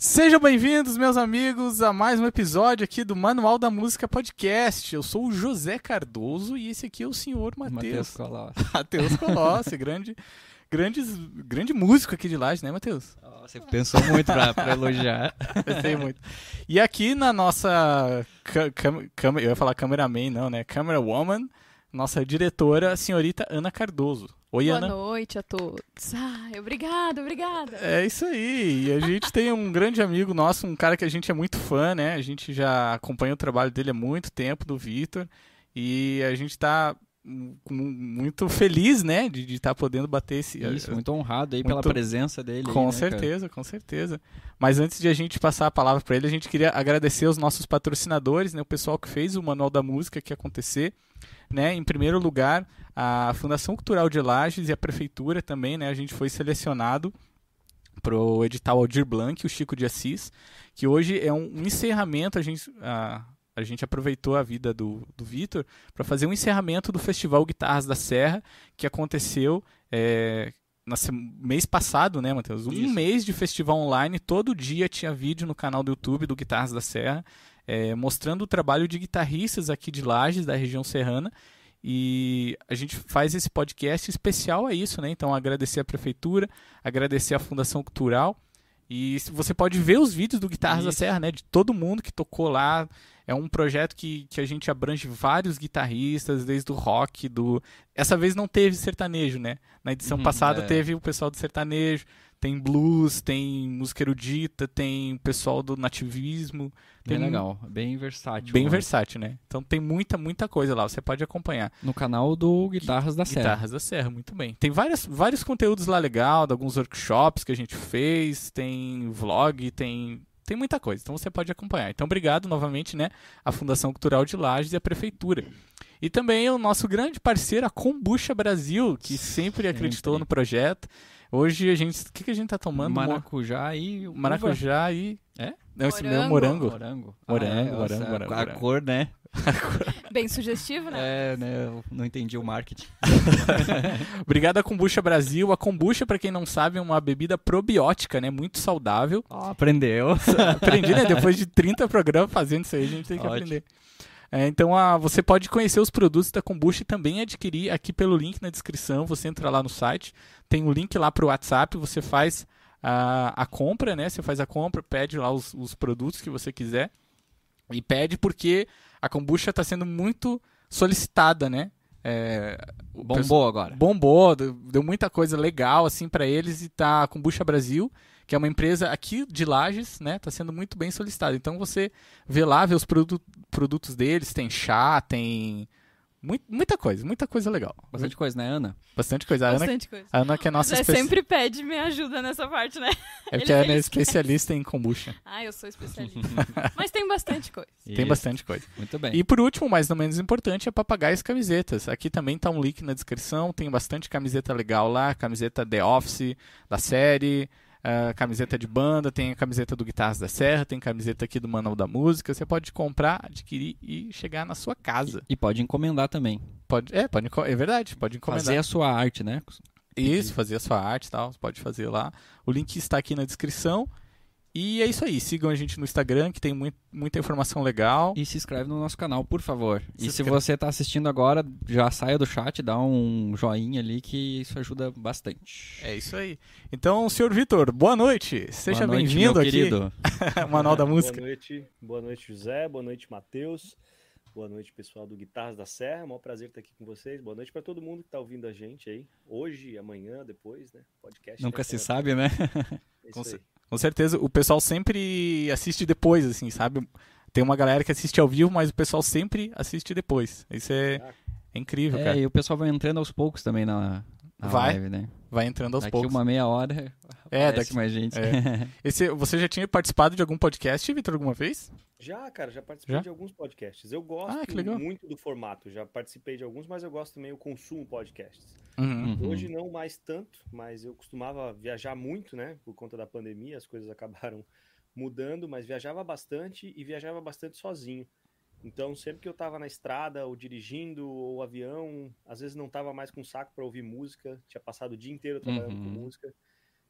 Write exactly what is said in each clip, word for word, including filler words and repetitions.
Sejam bem-vindos, meus amigos, a mais um episódio aqui do Manual da Música Podcast. Eu sou o José Cardoso e esse aqui é o senhor Matheus. Matheus Colossi. Matheus Colossi, grande, grande, grande músico aqui de Lages, né, Matheus? Oh, você pensou muito pra, pra elogiar. Pensei muito. E aqui na nossa, cam, cam, eu ia falar cameraman, não, né? Camera Woman, nossa diretora, a senhorita Ana Cardoso. Oi, Boa Ana. Boa noite a todos. Ai, obrigada, obrigada. É isso aí. E a gente tem um grande amigo nosso, um cara que a gente é muito fã, né? A gente já acompanha o trabalho dele há muito tempo, do Vitor. E a gente tá muito feliz, né? De estar tá podendo bater esse... Isso, muito honrado aí muito... pela presença dele. Com aí, né, certeza, cara? com certeza. Mas antes de a gente passar a palavra para ele, a gente queria agradecer os nossos patrocinadores, né? O pessoal que fez o Manual da Música aqui acontecer. Né? Em primeiro lugar, a Fundação Cultural de Lages e a Prefeitura também, né? A gente foi selecionado para o edital Aldir Blanc, o Chico de Assis, que hoje é um, um encerramento, a gente, a, a gente aproveitou a vida do, do Vitor para fazer um encerramento do Festival Guitarras da Serra, que aconteceu é, no mês passado, né, Matheus? Um Isso. mês de festival online, todo dia tinha vídeo no canal do YouTube do Guitarras da Serra, É, mostrando o trabalho de guitarristas aqui de Lages, da região serrana, e a gente faz esse podcast especial a isso, né? Então agradecer a Prefeitura, agradecer a Fundação Cultural, e você pode ver os vídeos do Guitarras isso. da Serra, né? De todo mundo que tocou lá. É um projeto que, que a gente abrange vários guitarristas, desde o rock, do... Essa vez não teve sertanejo, né? Na edição Uhum, passada é. teve o pessoal do sertanejo, tem blues, tem música erudita, tem o pessoal do nativismo. Bem Tem... legal, bem versátil. Bem né? versátil, né? Então tem muita, muita coisa lá, você pode acompanhar. No canal do Guitarras da Serra. Guitarras da Serra, muito bem. Tem várias, vários conteúdos lá legal, de alguns workshops que a gente fez, tem vlog, tem... Tem muita coisa, então você pode acompanhar. Então, obrigado novamente, né, à Fundação Cultural de Lages e à Prefeitura. E também o nosso grande parceiro, a Kombucha Brasil, que sempre, Sempre. acreditou no projeto. Hoje, a gente... O que, que a gente tá tomando? Maracujá e... uva. Maracujá e... É? Não, esse meu é Morango. morango. Morango. Morango, Ah, é, morango, nossa, morango, A, morango. a cor, né? Bem sugestivo, né? É, né? Eu não entendi o marketing. Obrigado à Kombucha Brasil. A kombucha, para quem não sabe, é uma bebida probiótica, né? Muito saudável. Oh, aprendeu. Aprendi, né? Depois de trinta programas fazendo isso aí, a gente tem que Ótimo. aprender. É, então, a, você pode conhecer os produtos da Kombucha e também adquirir aqui pelo link na descrição. Você entra lá no site, tem um link lá para o WhatsApp, você faz a, a compra, né? Você faz a compra, pede lá os, os produtos que você quiser. E pede porque a kombucha está sendo muito solicitada, né? É, o Bombou pessoal- agora. Bombou, deu, deu muita coisa legal assim para eles e tá a Kombucha Brasil, que é uma empresa aqui de Lages, né? Tá sendo muito bem solicitada. Então você vê lá, vê os produ- produtos deles, tem chá, tem mui- muita coisa, muita coisa legal. Bastante coisa, né, Ana? Bastante coisa. A Ana, Bastante coisa. a Ana que é nossa Você espe- sempre pede me ajuda nessa parte, né? é porque ele- a Ana é ele especialista em kombucha. Ah, eu sou especialista. Mas tem bastante coisa. Tem Isso. bastante coisa. Muito bem. E por último, mas não menos importante, é Papagaios Camisetas. Aqui também tá um link na descrição, tem bastante camiseta legal lá, camiseta The Office, da série, ah, camiseta de banda, tem a camiseta do Guitarras da Serra, tem camiseta aqui do Manual da Música. Você pode comprar, adquirir e chegar na sua casa. E pode encomendar também. Pode, é, pode, enco- é verdade, pode encomendar. Fazer a sua arte, né? Isso, fazer a sua arte e tal, você pode fazer lá. O link está aqui na descrição. E é isso aí, sigam a gente no Instagram, que tem muito, muita informação legal. E se inscreve no nosso canal, por favor. Se e se inscreve. você está assistindo agora, já saia do chat, dá um joinha ali que isso ajuda bastante. É isso aí. Então, senhor Vitor, boa noite. Seja Boa noite, bem-vindo meu aqui querido. ao Manual da Música. Boa noite, boa noite, José. Boa noite, Matheus. Boa noite, pessoal do Guitarras da Serra. É um maior prazer estar aqui com vocês. Boa noite para todo mundo que está ouvindo a gente aí. Hoje, amanhã, depois, né? Podcast. Nunca né? se sabe, né? É Com isso aí. Com certeza, o pessoal sempre assiste depois, assim, sabe? Tem uma galera que assiste ao vivo, mas o pessoal sempre assiste depois. Isso é, Ah, é incrível, É, cara. e o pessoal vai entrando aos poucos também na, na Vai. live, né? Vai entrando aos Daqui poucos. uma meia hora É, aparece daqui- mais gente. é. Esse, você já tinha participado de algum podcast, Vitor, alguma vez? Já, cara, já participei Já? de alguns podcasts. Eu gosto Ah, que legal. muito do formato. Já participei de alguns, mas eu gosto também, eu consumo podcasts. Uhum. Uhum. Hoje não mais tanto, mas eu costumava viajar muito, né? Por conta da pandemia, as coisas acabaram mudando, mas viajava bastante e viajava bastante sozinho. Então, sempre que eu estava na estrada, ou dirigindo, ou avião, às vezes não estava mais com saco para ouvir música, tinha passado o dia inteiro trabalhando Uhum. com música.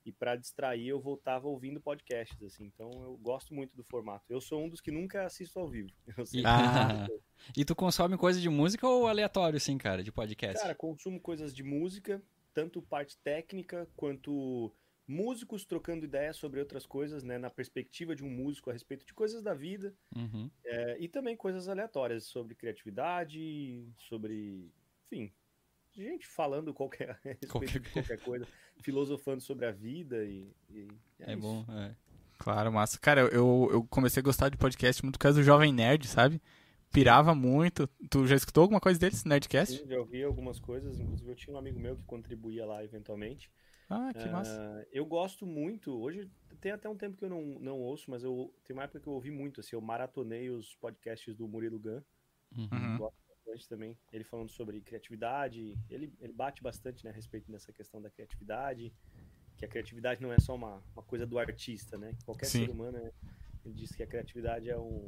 e para distrair eu voltava ouvindo podcasts, assim. Então eu gosto muito do formato. Eu sou um dos que nunca assisto ao vivo. Eu sempre Ah. assisto. E tu consome coisa de música ou aleatório, assim, cara, de podcast? Cara, consumo coisas de música, tanto parte técnica quanto músicos trocando ideias sobre outras coisas, né, na perspectiva de um músico a respeito de coisas da vida, Uhum. é, e também coisas aleatórias sobre criatividade, sobre, enfim, gente falando qualquer, a respeito Qualquer- de qualquer coisa, filosofando sobre a vida e, e é, É isso. bom, é. Claro, massa. Cara, eu, eu comecei a gostar de podcast muito por causa do Jovem Nerd, sabe? Pirava muito. Tu já escutou alguma coisa deles, Nerdcast? Sim, já ouvi algumas coisas, inclusive eu tinha um amigo meu que contribuía lá eventualmente. Ah, que massa. Ah, eu gosto muito, hoje tem até um tempo que eu não, não ouço, mas eu tem uma época que eu ouvi muito, assim, eu maratonei os podcasts do Murilo Gun, Uhum. Uhum. gosto bastante também, ele falando sobre criatividade, ele, ele bate bastante, né, a respeito dessa questão da criatividade, que a criatividade não é só uma, uma coisa do artista, né, qualquer Sim. ser humano, né, ele diz que a criatividade é um,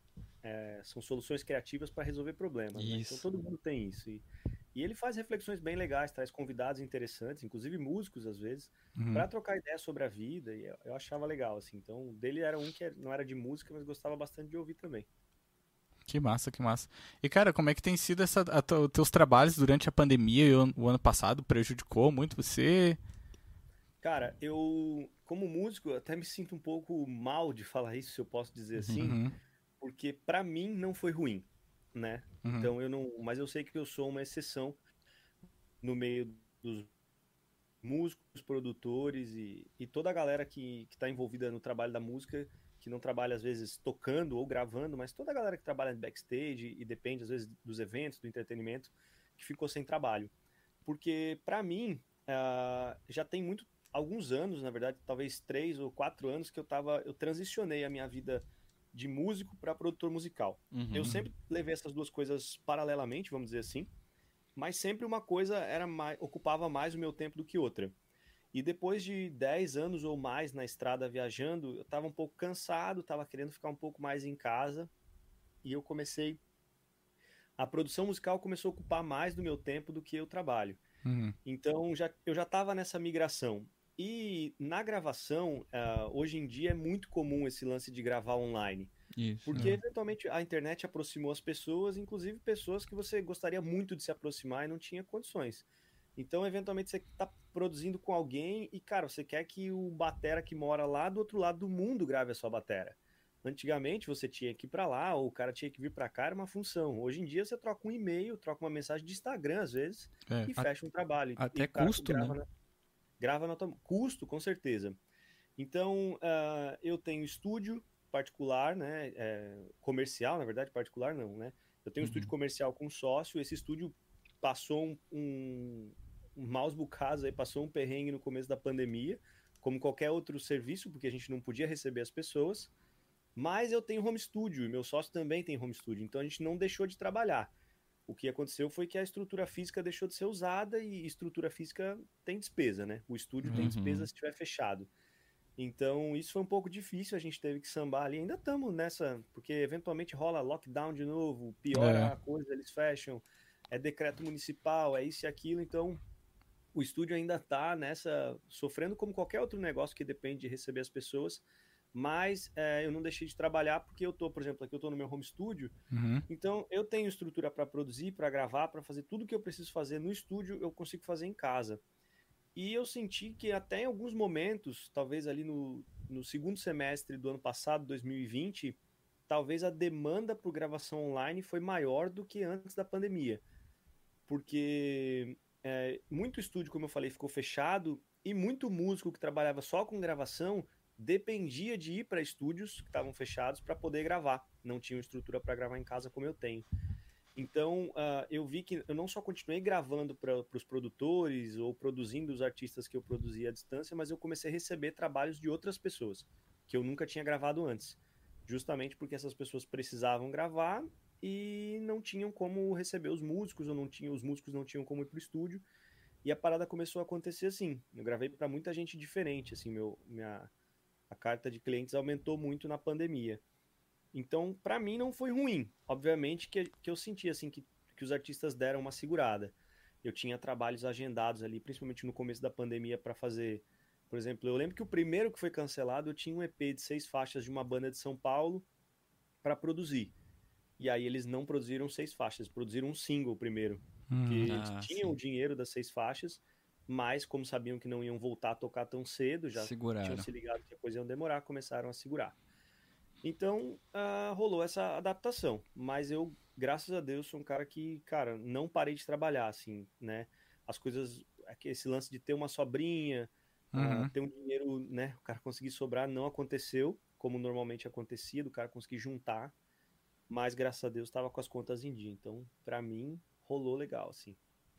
é, são soluções criativas para resolver problemas, né? Então Isso. todo mundo tem isso, e, e ele faz reflexões bem legais, traz convidados interessantes, inclusive músicos às vezes, Uhum. para trocar ideias sobre a vida, e eu, eu achava legal, assim. Então, dele era um que não era de música, mas gostava bastante de ouvir também. Que massa, que massa. E, cara, como é que tem sido essa, a, tu- os teus trabalhos durante a pandemia e o, o ano passado? Prejudicou muito você? Cara, eu, como músico, eu até me sinto um pouco mal de falar isso, se eu posso dizer assim, Uhum. porque para mim não foi ruim, né? Uhum. Então, eu não, mas eu sei que eu sou uma exceção no meio dos músicos, produtores e, e toda a galera que está envolvida no trabalho da música, que não trabalha às vezes tocando ou gravando, mas toda a galera que trabalha no backstage e depende às vezes dos eventos, do entretenimento, que ficou sem trabalho. Porque para mim, ah, já tem muito, alguns anos, na verdade, talvez três ou quatro anos que eu tava, eu transicionei a minha vida de músico para produtor musical. Uhum. Eu sempre levei essas duas coisas paralelamente, vamos dizer assim, mas sempre uma coisa era mais, ocupava mais o meu tempo do que outra. E depois de dez anos ou mais na estrada viajando, eu estava um pouco cansado, estava querendo ficar um pouco mais em casa, e eu comecei, a produção musical começou a ocupar mais do meu tempo do que o trabalho. Uhum. Então já, eu já estava nessa migração. E na gravação, uh, hoje em dia é muito comum esse lance de gravar online. Isso. Porque Uhum. eventualmente a internet aproximou as pessoas, inclusive pessoas que você gostaria muito de se aproximar e não tinha condições. Então, eventualmente, você está produzindo com alguém e, cara, você quer que o batera que mora lá do outro lado do mundo grave a sua batera. Antigamente, você tinha que ir para lá, ou o cara tinha que vir para cá, era uma função. Hoje em dia, você troca um e-mail, troca uma mensagem de Instagram, às vezes, É. e fecha um trabalho. até e o cara custo, grava né? na- grava na tua... Custo, com certeza. Então, ah, eu tenho estúdio particular, né? é, comercial, na verdade, particular não, né? Eu tenho um Uhum. estúdio comercial com sócio, esse estúdio passou um, um, um maus bocados aí, passou um perrengue no começo da pandemia, como qualquer outro serviço, porque a gente não podia receber as pessoas, mas eu tenho home studio, e meu sócio também tem home studio, então a gente não deixou de trabalhar. O que aconteceu foi que a estrutura física deixou de ser usada e estrutura física tem despesa, né? O estúdio tem Uhum. despesa se estiver fechado. Então, isso foi um pouco difícil, a gente teve que sambar ali. Ainda estamos nessa, porque eventualmente rola lockdown de novo, piora É. a coisa, eles fecham, é decreto municipal, é isso e aquilo. Então, o estúdio ainda está nessa, sofrendo como qualquer outro negócio que depende de receber as pessoas. Mas é, eu não deixei de trabalhar porque eu tô, por exemplo, aqui eu tô no meu home studio, Uhum. então eu tenho estrutura para produzir, para gravar, para fazer tudo que eu preciso fazer no estúdio, eu consigo fazer em casa. E eu senti que até em alguns momentos, talvez ali no, no segundo semestre do ano passado, dois mil e vinte, talvez a demanda por gravação online foi maior do que antes da pandemia. Porque é, muito estúdio, como eu falei, ficou fechado e muito músico que trabalhava só com gravação dependia de ir para estúdios que estavam fechados para poder gravar. Não tinham estrutura para gravar em casa como eu tenho. Então, uh, eu vi que eu não só continuei gravando para os produtores ou produzindo os artistas que eu produzia à distância, mas eu comecei a receber trabalhos de outras pessoas que eu nunca tinha gravado antes. Justamente porque essas pessoas precisavam gravar e não tinham como receber os músicos, ou não tinham, os músicos não tinham como ir para o estúdio. E a parada começou a acontecer assim. Eu gravei para muita gente diferente, assim, meu, minha, a carta de clientes aumentou muito na pandemia. Então, para mim não foi ruim. Obviamente que, que eu senti assim que, que os artistas deram uma segurada. Eu tinha trabalhos agendados ali, principalmente no começo da pandemia, para fazer Por exemplo, eu lembro que o primeiro que foi cancelado, eu tinha um E P de seis faixas de uma banda de São Paulo para produzir. E aí eles não produziram seis faixas, produziram um single primeiro. Porque Hum, eles ah, tinham sim. o dinheiro das seis faixas, mas como sabiam que não iam voltar a tocar tão cedo, já Seguraram. tinham se ligado que a coisa ia demorar, começaram a segurar. Então, ah, rolou essa adaptação. Mas eu, graças a Deus, sou um cara que, cara, não parei de trabalhar, assim, né? As coisas, aqui, esse lance de ter uma sobrinha, ah, uhum. ter um dinheiro, né? O cara conseguir sobrar, não aconteceu, como normalmente acontecia, do cara conseguir juntar. Mas, graças a Deus, estava com as contas em dia. Então, pra mim, rolou legal, assim.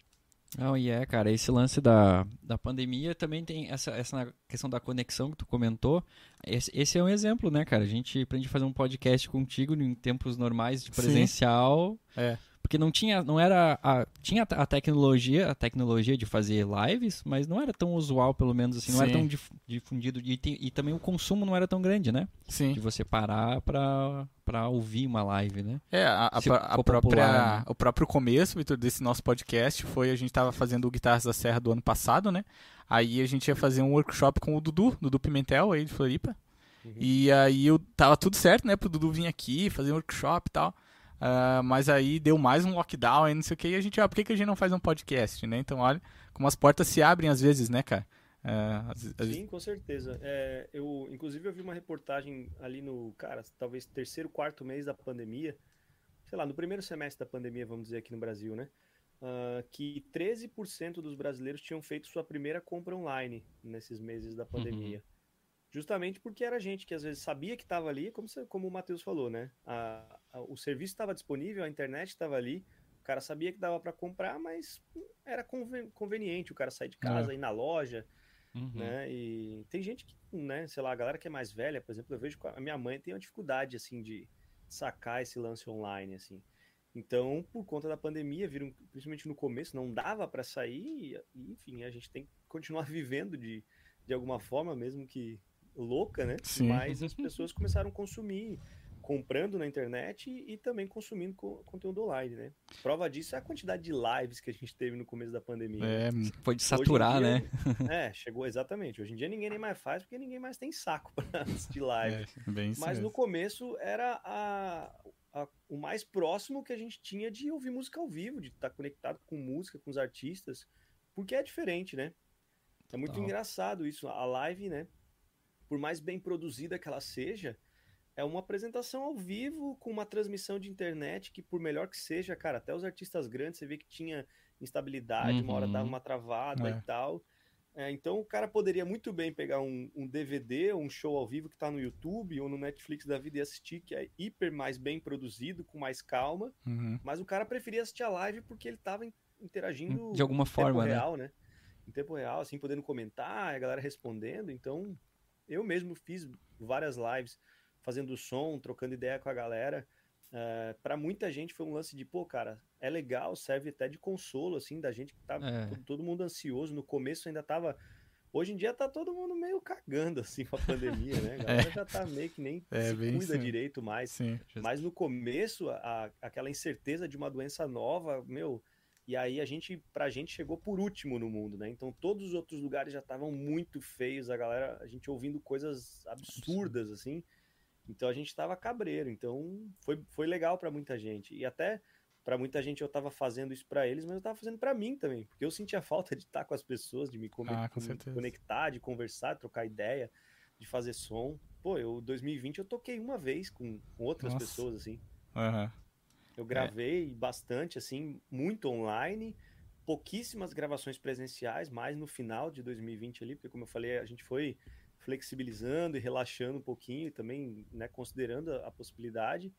Não, e é, cara, esse lance da, da pandemia também tem essa, essa questão da conexão que tu comentou. Esse, esse é um exemplo, né, cara? A gente aprende a fazer um podcast contigo em tempos normais de Sim. presencial. É. Porque não tinha, não era a, tinha a tecnologia, a tecnologia de fazer lives, mas não era tão usual, pelo menos assim, não era Sim. tão dif- difundido e, tem- e também o consumo não era tão grande, né? Sim. De você parar pra, pra ouvir uma live, né? É, a, a, Se pró- a for própria, popular, né? o próprio começo, Vitor, desse nosso podcast foi a gente tava fazendo o Guitarras da Serra do ano passado, né? Aí a gente ia fazer um workshop com o Dudu, Dudu Pimentel, aí de Floripa. Uhum. E aí eu, tava tudo certo, né, pro Dudu vir aqui, fazer um workshop e tal. Ah, mas aí deu mais um lockdown aí, não sei o que, e a gente, ah, por que, que a gente não faz um podcast, né? Então, olha, como as portas se abrem às vezes, né, cara? Ah, às- às- Sim, com certeza. É, eu, inclusive, eu vi uma reportagem ali no, cara, talvez terceiro, quarto mês da pandemia, sei lá, no primeiro semestre da pandemia, vamos dizer aqui no Brasil, né? Ah, que treze por cento dos brasileiros tinham feito sua primeira compra online nesses meses da pandemia. Justamente porque era gente que às vezes sabia que estava ali, como, você- como o Matheus falou, né? A- a- o serviço estava disponível, a internet estava ali, o cara sabia que dava para comprar, mas era conven- conveniente o cara sair de casa, ir na loja, Uhum. né? E tem gente que, né, sei lá, a galera que é mais velha, por exemplo, eu vejo que a minha mãe tem uma dificuldade, assim, de sacar esse lance online, assim. Então, por conta da pandemia, viram, principalmente no começo, não dava para sair, e, enfim, a gente tem que continuar vivendo de, de alguma forma, mesmo que louca, né? Sim. Mas as pessoas começaram a consumir, comprando na internet e, e também consumindo co- conteúdo online, né? Prova disso é a quantidade de lives que a gente teve no começo da pandemia, né? é, Foi de Hoje em saturar, dia, né? É, chegou exatamente. Hoje em dia ninguém nem mais faz porque ninguém mais tem saco para assistir live. é, bem isso Mas no mesmo. começo era a, a- o mais próximo que a gente tinha de ouvir música ao vivo, de estar conectado com música, com os artistas, porque é diferente, né? É muito Total. engraçado isso. A live, né? Por mais bem produzida que ela seja, é uma apresentação ao vivo com uma transmissão de internet que, por melhor que seja, cara, até os artistas grandes, você vê que tinha instabilidade, uma hora dava Uhum. uma travada É. e tal. É, então o cara poderia muito bem pegar um, um D V D, um show ao vivo que tá no YouTube ou no Netflix da vida e assistir, que é hiper mais bem produzido, com mais calma, Uhum. mas o cara preferia assistir a live porque ele tava in- interagindo De alguma em forma, tempo né? real, né? Em tempo real, assim, podendo comentar, a galera respondendo. Então, eu mesmo fiz várias lives fazendo som, trocando ideia com a galera. Uh, para muita gente foi um lance de, pô, cara, é legal, serve até de consolo, assim, da gente que tá É. todo, todo mundo ansioso. No começo ainda tava. Hoje em dia tá todo mundo meio cagando, assim, com a pandemia, né? A galera já tá meio que nem É, se bem cuida isso. direito mais. Sim. Mas no começo, a, aquela incerteza de uma doença nova, meu. E aí a gente, pra gente, chegou por último no mundo, né? Então todos os outros lugares já estavam muito feios, a galera, a gente ouvindo coisas absurdas, assim. Então a gente tava cabreiro. Então foi, foi legal pra muita gente. E até pra muita gente eu tava fazendo isso pra eles, mas eu tava fazendo pra mim também. Porque eu sentia falta de estar com as pessoas, de me, come- Ah, com me certeza. conectar, de conversar, de trocar ideia, de fazer som. Pô, eu, dois mil e vinte, eu toquei uma vez com, com outras Nossa. pessoas, assim. Aham. Eu gravei bastante, assim, muito online, pouquíssimas gravações presenciais, mais no final de dois mil e vinte ali, porque como eu falei, a gente foi flexibilizando e relaxando um pouquinho, também, né, considerando a, a possibilidade,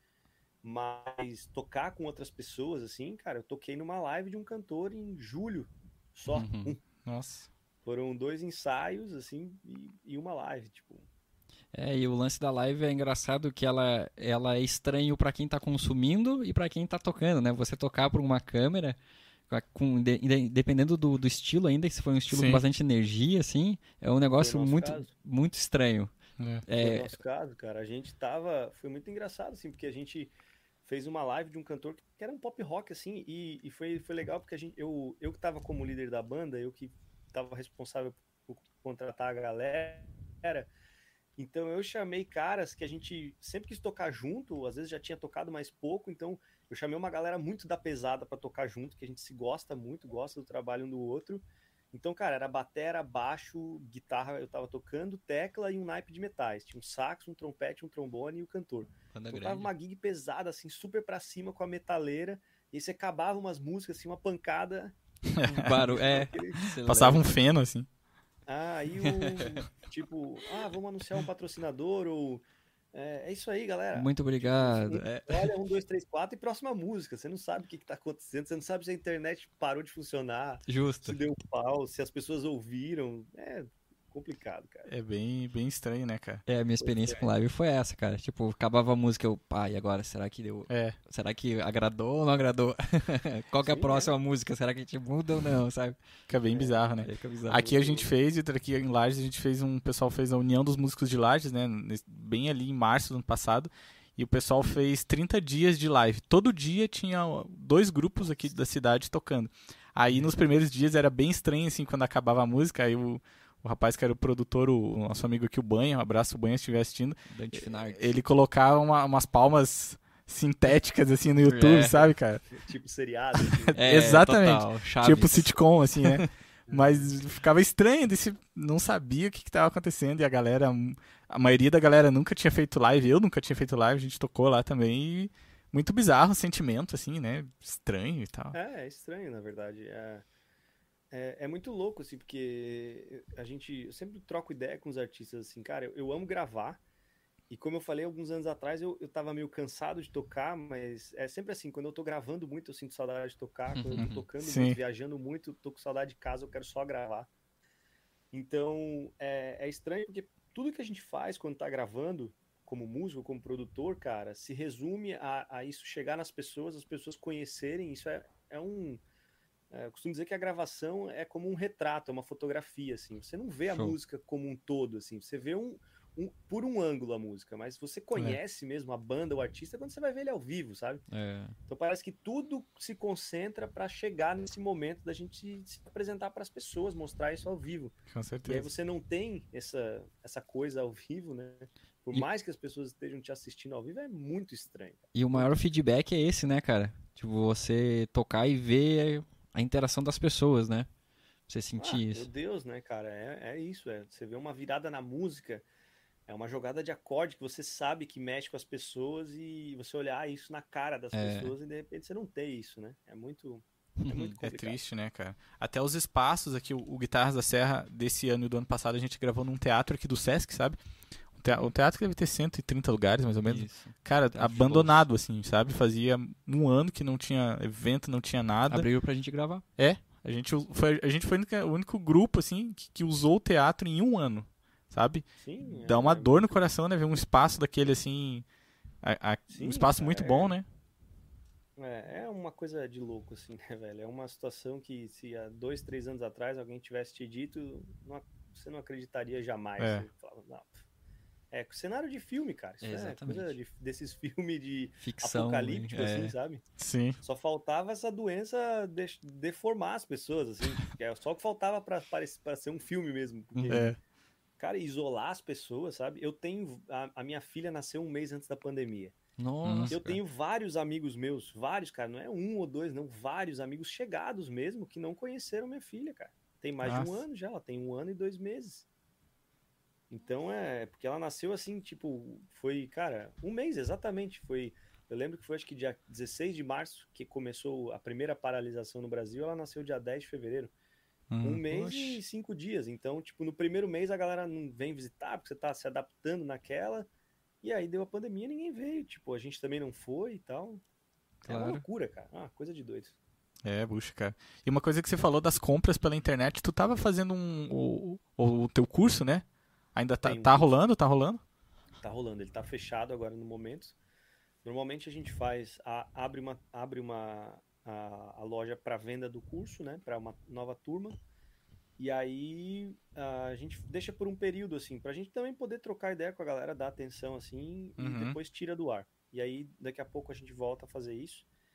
mas tocar com outras pessoas, assim, cara, eu toquei numa live de um cantor em julho, só, Uhum. um. Nossa. Foram dois ensaios, assim, e, e uma live, tipo... É, e o lance da live é engraçado que ela, ela é estranho pra quem tá consumindo e pra quem tá tocando, né? Você tocar por uma câmera, com, de- de- dependendo do, do estilo ainda, se for um estilo Sim. com bastante energia, assim, é um negócio nosso muito, caso. muito estranho. É. Foi o É, nosso caso, cara. A gente tava. Foi muito engraçado, assim, porque a gente fez uma live de um cantor que era um pop rock, assim, e, e foi, foi legal porque a gente, eu, eu que tava como líder da banda, eu que tava responsável por contratar a galera. Então eu chamei caras que a gente sempre quis tocar junto, às vezes já tinha tocado mais pouco, então eu chamei uma galera muito da pesada para tocar junto, que a gente se gosta muito, gosta do trabalho um do outro. Então, cara, era batera, baixo, guitarra, eu tava tocando, tecla e um naipe de metais. Tinha um sax, um trompete, um trombone e o cantor. Banda Então grande. tava uma gig pesada, assim, super pra cima com a metaleira, e aí você acabava umas músicas, assim, uma pancada. Barulho, é. Passava um feno, assim. Ah, aí o tipo, ah, vamos anunciar um patrocinador, ou é, é isso aí, galera. Muito obrigado. Tipo, É. olha, um, dois, três, quatro e próxima música. Você não sabe o que, que tá acontecendo, você não sabe se a internet parou de funcionar, Justo. se deu pau, se as pessoas ouviram. É complicado, cara. É bem, bem estranho, né, cara? É, a minha experiência com live foi essa, cara. Tipo, acabava a música, eu, pá, e agora? Será que deu. É. Será que agradou ou não agradou? Qual que é a Sim, próxima música? Será que a gente muda ou não, sabe? Fica bem bizarro, né? Aí fica bizarro. Aqui a gente fez, e aqui em Lages a gente fez um, o pessoal fez a União dos Músicos de Lages, né, nesse- bem ali em março do ano passado, e o pessoal fez trinta dias de live. Todo dia tinha dois grupos aqui da cidade tocando. Aí nos primeiros dias era bem estranho, assim, quando acabava a música, aí o, o rapaz que era o produtor, o, o nosso amigo aqui, o Banha, um abraço, o Banha, se estiver assistindo, Dante Finardi. ele colocava uma- umas palmas sintéticas, assim, no YouTube, É. sabe, cara? Tipo seriado. Assim. É, Exatamente. total, Chaves. Tipo sitcom, assim, né? Mas ficava estranho, desse, não sabia o que estava acontecendo, e a galera, a maioria da galera nunca tinha feito live, eu nunca tinha feito live, a gente tocou lá também, e muito bizarro o sentimento, assim, né? Estranho e tal. É, é estranho, na verdade. É, é, é muito louco, assim, porque a gente, eu sempre troco ideia com os artistas, assim, cara, eu, eu amo gravar, e como eu falei alguns anos atrás, eu, eu tava meio cansado de tocar, mas é sempre assim, quando eu tô gravando muito, eu sinto saudade de tocar, quando eu tô tocando Sim. muito, viajando muito, eu tô com saudade de casa, eu quero só gravar. Então, é, é estranho porque tudo que a gente faz quando tá gravando, como músico, como produtor, cara, se resume a, a isso chegar nas pessoas, as pessoas conhecerem, isso é, é um... é, eu costumo dizer que a gravação é como um retrato, é uma fotografia, assim. Você não vê a Show. música como um todo, assim. Você vê um, um- por um ângulo a música, mas você conhece mesmo a banda, o artista, quando você vai ver ele ao vivo, sabe? É. Então parece que tudo se concentra para chegar nesse momento da gente se, se apresentar para as pessoas, mostrar isso ao vivo. Com E aí certeza. você não tem essa, essa coisa ao vivo, né? Por E- mais que as pessoas estejam te assistindo ao vivo, é muito estranho. E o maior feedback é esse, né, cara? Tipo, você tocar e ver a interação das pessoas, né? Você sentir Ah, meu isso. Deus, né, cara? É, é isso. É. Você vê uma virada na música, é uma jogada de acorde que você sabe que mexe com as pessoas e você olhar isso na cara das É. pessoas e de repente você não tem isso, né? É muito, é muito É complicado. triste, né, cara? Até os espaços aqui, o, o Guitarras da Serra desse ano e do ano passado, a gente gravou num teatro aqui do Sesc, sabe? Um tea- um teatro que deve ter cento e trinta lugares, mais ou menos. Isso. Cara, Teatro de abandonado, assim, sabe? Fazia um ano que não tinha evento, não tinha nada. Abriu pra gente gravar. A gente u- foi, a gente foi o único- o único grupo, assim, que, que usou o teatro em um ano, sabe? Sim, Dá é, uma é dor no muito- coração, né? Ver um espaço daquele, assim... a- a- Sim, um espaço muito é. bom, né? É, é uma coisa de louco, assim, né, velho? É uma situação que se há dois, três anos atrás alguém tivesse te dito, não ac- você não acreditaria jamais. É. Você falava, não. É cenário de filme, cara. Isso é, Exatamente. coisa de- desses filmes de Ficção. apocalíptico, é. assim, sabe? Sim. Só faltava essa doença de- deformar as pessoas, assim. Que é só o que faltava pra, parecer- pra ser um filme mesmo. Porque, É. cara, isolar as pessoas, sabe? Eu tenho. A, a minha filha nasceu um mês antes da pandemia. Nossa. Eu cara. tenho vários amigos meus, vários, cara, não é um ou dois, não, vários amigos chegados mesmo que não conheceram minha filha, cara. Tem mais de um Nossa. ano já, ela tem um ano e dois meses. Então é, porque ela nasceu assim, tipo, foi, cara, um mês exatamente, foi, eu lembro que foi acho que dia dezesseis de março que começou a primeira paralisação no Brasil, ela nasceu dia dez de fevereiro. Um Hum. mês Oxe. e cinco dias. Então, tipo, no primeiro mês a galera não vem visitar, porque você tá se adaptando naquela. E aí deu a pandemia, ninguém veio. Tipo, a gente também não foi e tal. É uma Claro. loucura, cara. Ah, coisa de doido. É, bucha, cara. E uma coisa que você falou das compras pela internet, tu tava fazendo um, o, o, o teu curso, né? Ainda tá, Tem um tá curso. rolando? Tá rolando? Tá rolando, ele tá fechado agora no momento. Normalmente a gente faz, a- abre uma, abre uma a, a loja para venda do curso, né? Para uma nova turma. E aí a gente deixa por um período, assim, pra gente também poder trocar ideia com a galera, dar atenção, assim, e Uhum. depois tira do ar. E aí, daqui a pouco a gente volta a fazer isso.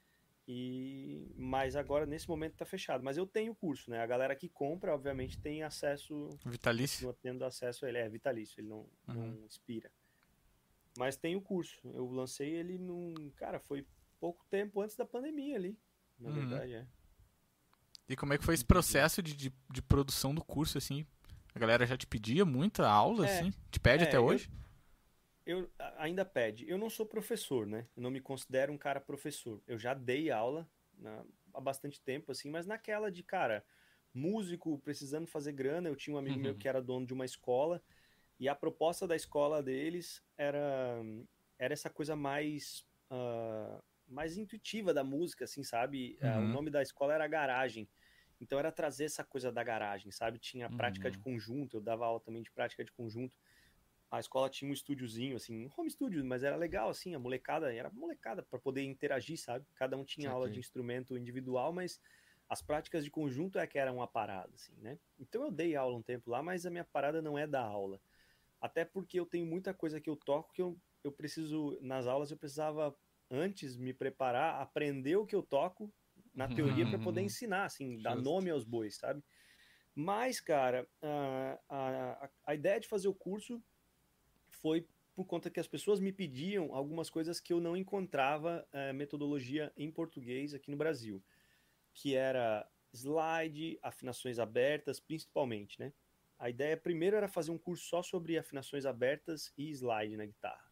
E mas agora nesse momento tá fechado, mas eu tenho o curso, né? A galera que compra, obviamente, tem acesso, Vitalício? continua tendo acesso a ele, é vitalício, ele não, Uhum. não expira. Mas tem o curso. Eu lancei ele num, cara, foi pouco tempo antes da pandemia ali, na Uhum. verdade, é. E como é que foi esse Entendi. processo de, de, de produção do curso, assim? A galera já te pedia muita aula, É, assim? Te pede é, até eu, hoje? eu a- ainda pede. Eu não sou professor, né? Eu não me considero um cara professor. Eu já dei aula na- há bastante tempo, assim, mas naquela de, cara, músico precisando fazer grana. Eu tinha um amigo meu que era dono de uma escola e a proposta da escola deles era, era essa coisa mais, ah, mais intuitiva da música, assim, sabe? Ah, o Uhum. nome da escola era Garagem. Então era trazer essa coisa da garagem, sabe? Tinha prática de Uhum. conjunto, eu dava aula também de prática de conjunto. A escola tinha um estúdiozinho, assim, um home studio, mas era legal, assim, a molecada, era molecada para poder interagir, sabe? Cada um tinha aula de Saquei. instrumento individual, mas as práticas de conjunto é que eram uma parada, assim, né? Então eu dei aula um tempo lá, mas a minha parada não é dar aula. Até porque eu tenho muita coisa que eu toco que eu, eu preciso, nas aulas eu precisava antes me preparar, aprender o que eu toco na teoria para poder ensinar, assim, dar Justo. nome aos bois, sabe? Mas, cara, a, a, a ideia de fazer o curso foi por conta que as pessoas me pediam algumas coisas que eu não encontrava eh, metodologia em português aqui no Brasil, que era slide, afinações abertas, principalmente, né? A ideia primeiro era fazer um curso só sobre afinações abertas e slide na guitarra.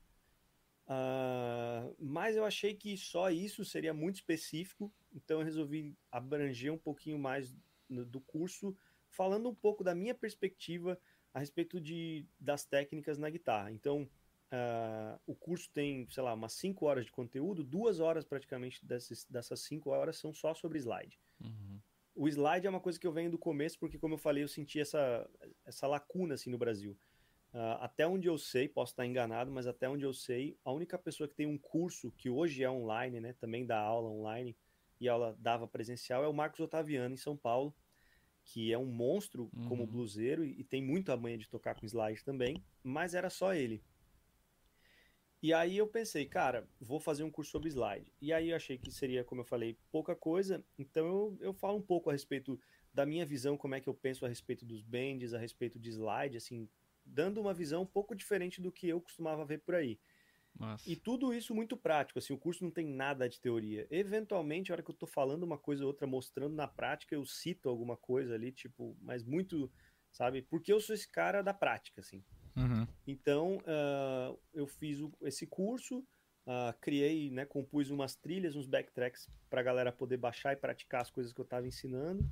Ah, mas eu achei que só isso seria muito específico, então eu resolvi abranger um pouquinho mais no- do curso, falando um pouco da minha perspectiva a respeito de, das técnicas na guitarra. Então, ah, o curso tem, sei lá, umas cinco horas de conteúdo, duas horas praticamente dessas, dessas cinco horas são só sobre slide. Uhum. O slide é uma coisa que eu venho do começo, porque, como eu falei, eu senti essa, essa lacuna assim no Brasil. Uh, até onde eu sei, posso estar enganado, mas até onde eu sei, a única pessoa que tem um curso que hoje é online, né, também dá aula online e aula dava presencial é o Marcos Otaviano em São Paulo, que é um monstro como Uhum. bluseiro e, e tem muita manha de tocar com slide também, mas era só ele. E aí eu pensei, cara, vou fazer um curso sobre slide. E aí eu achei que seria, como eu falei, pouca coisa, então eu, eu falo um pouco a respeito da minha visão, como é que eu penso a respeito dos bends, a respeito de slide, assim, dando uma visão um pouco diferente do que eu costumava ver por aí. E Massa. tudo isso muito prático, assim, o curso não tem nada de teoria. Eventualmente, a hora que eu tô falando uma coisa ou outra, mostrando na prática, eu cito alguma coisa ali, tipo, mas muito, sabe? Porque eu sou esse cara da prática, assim. Uhum. Então, uh, eu fiz o, esse curso, uh, criei, né, compus umas trilhas, uns backtracks para a galera poder baixar e praticar as coisas que eu estava ensinando.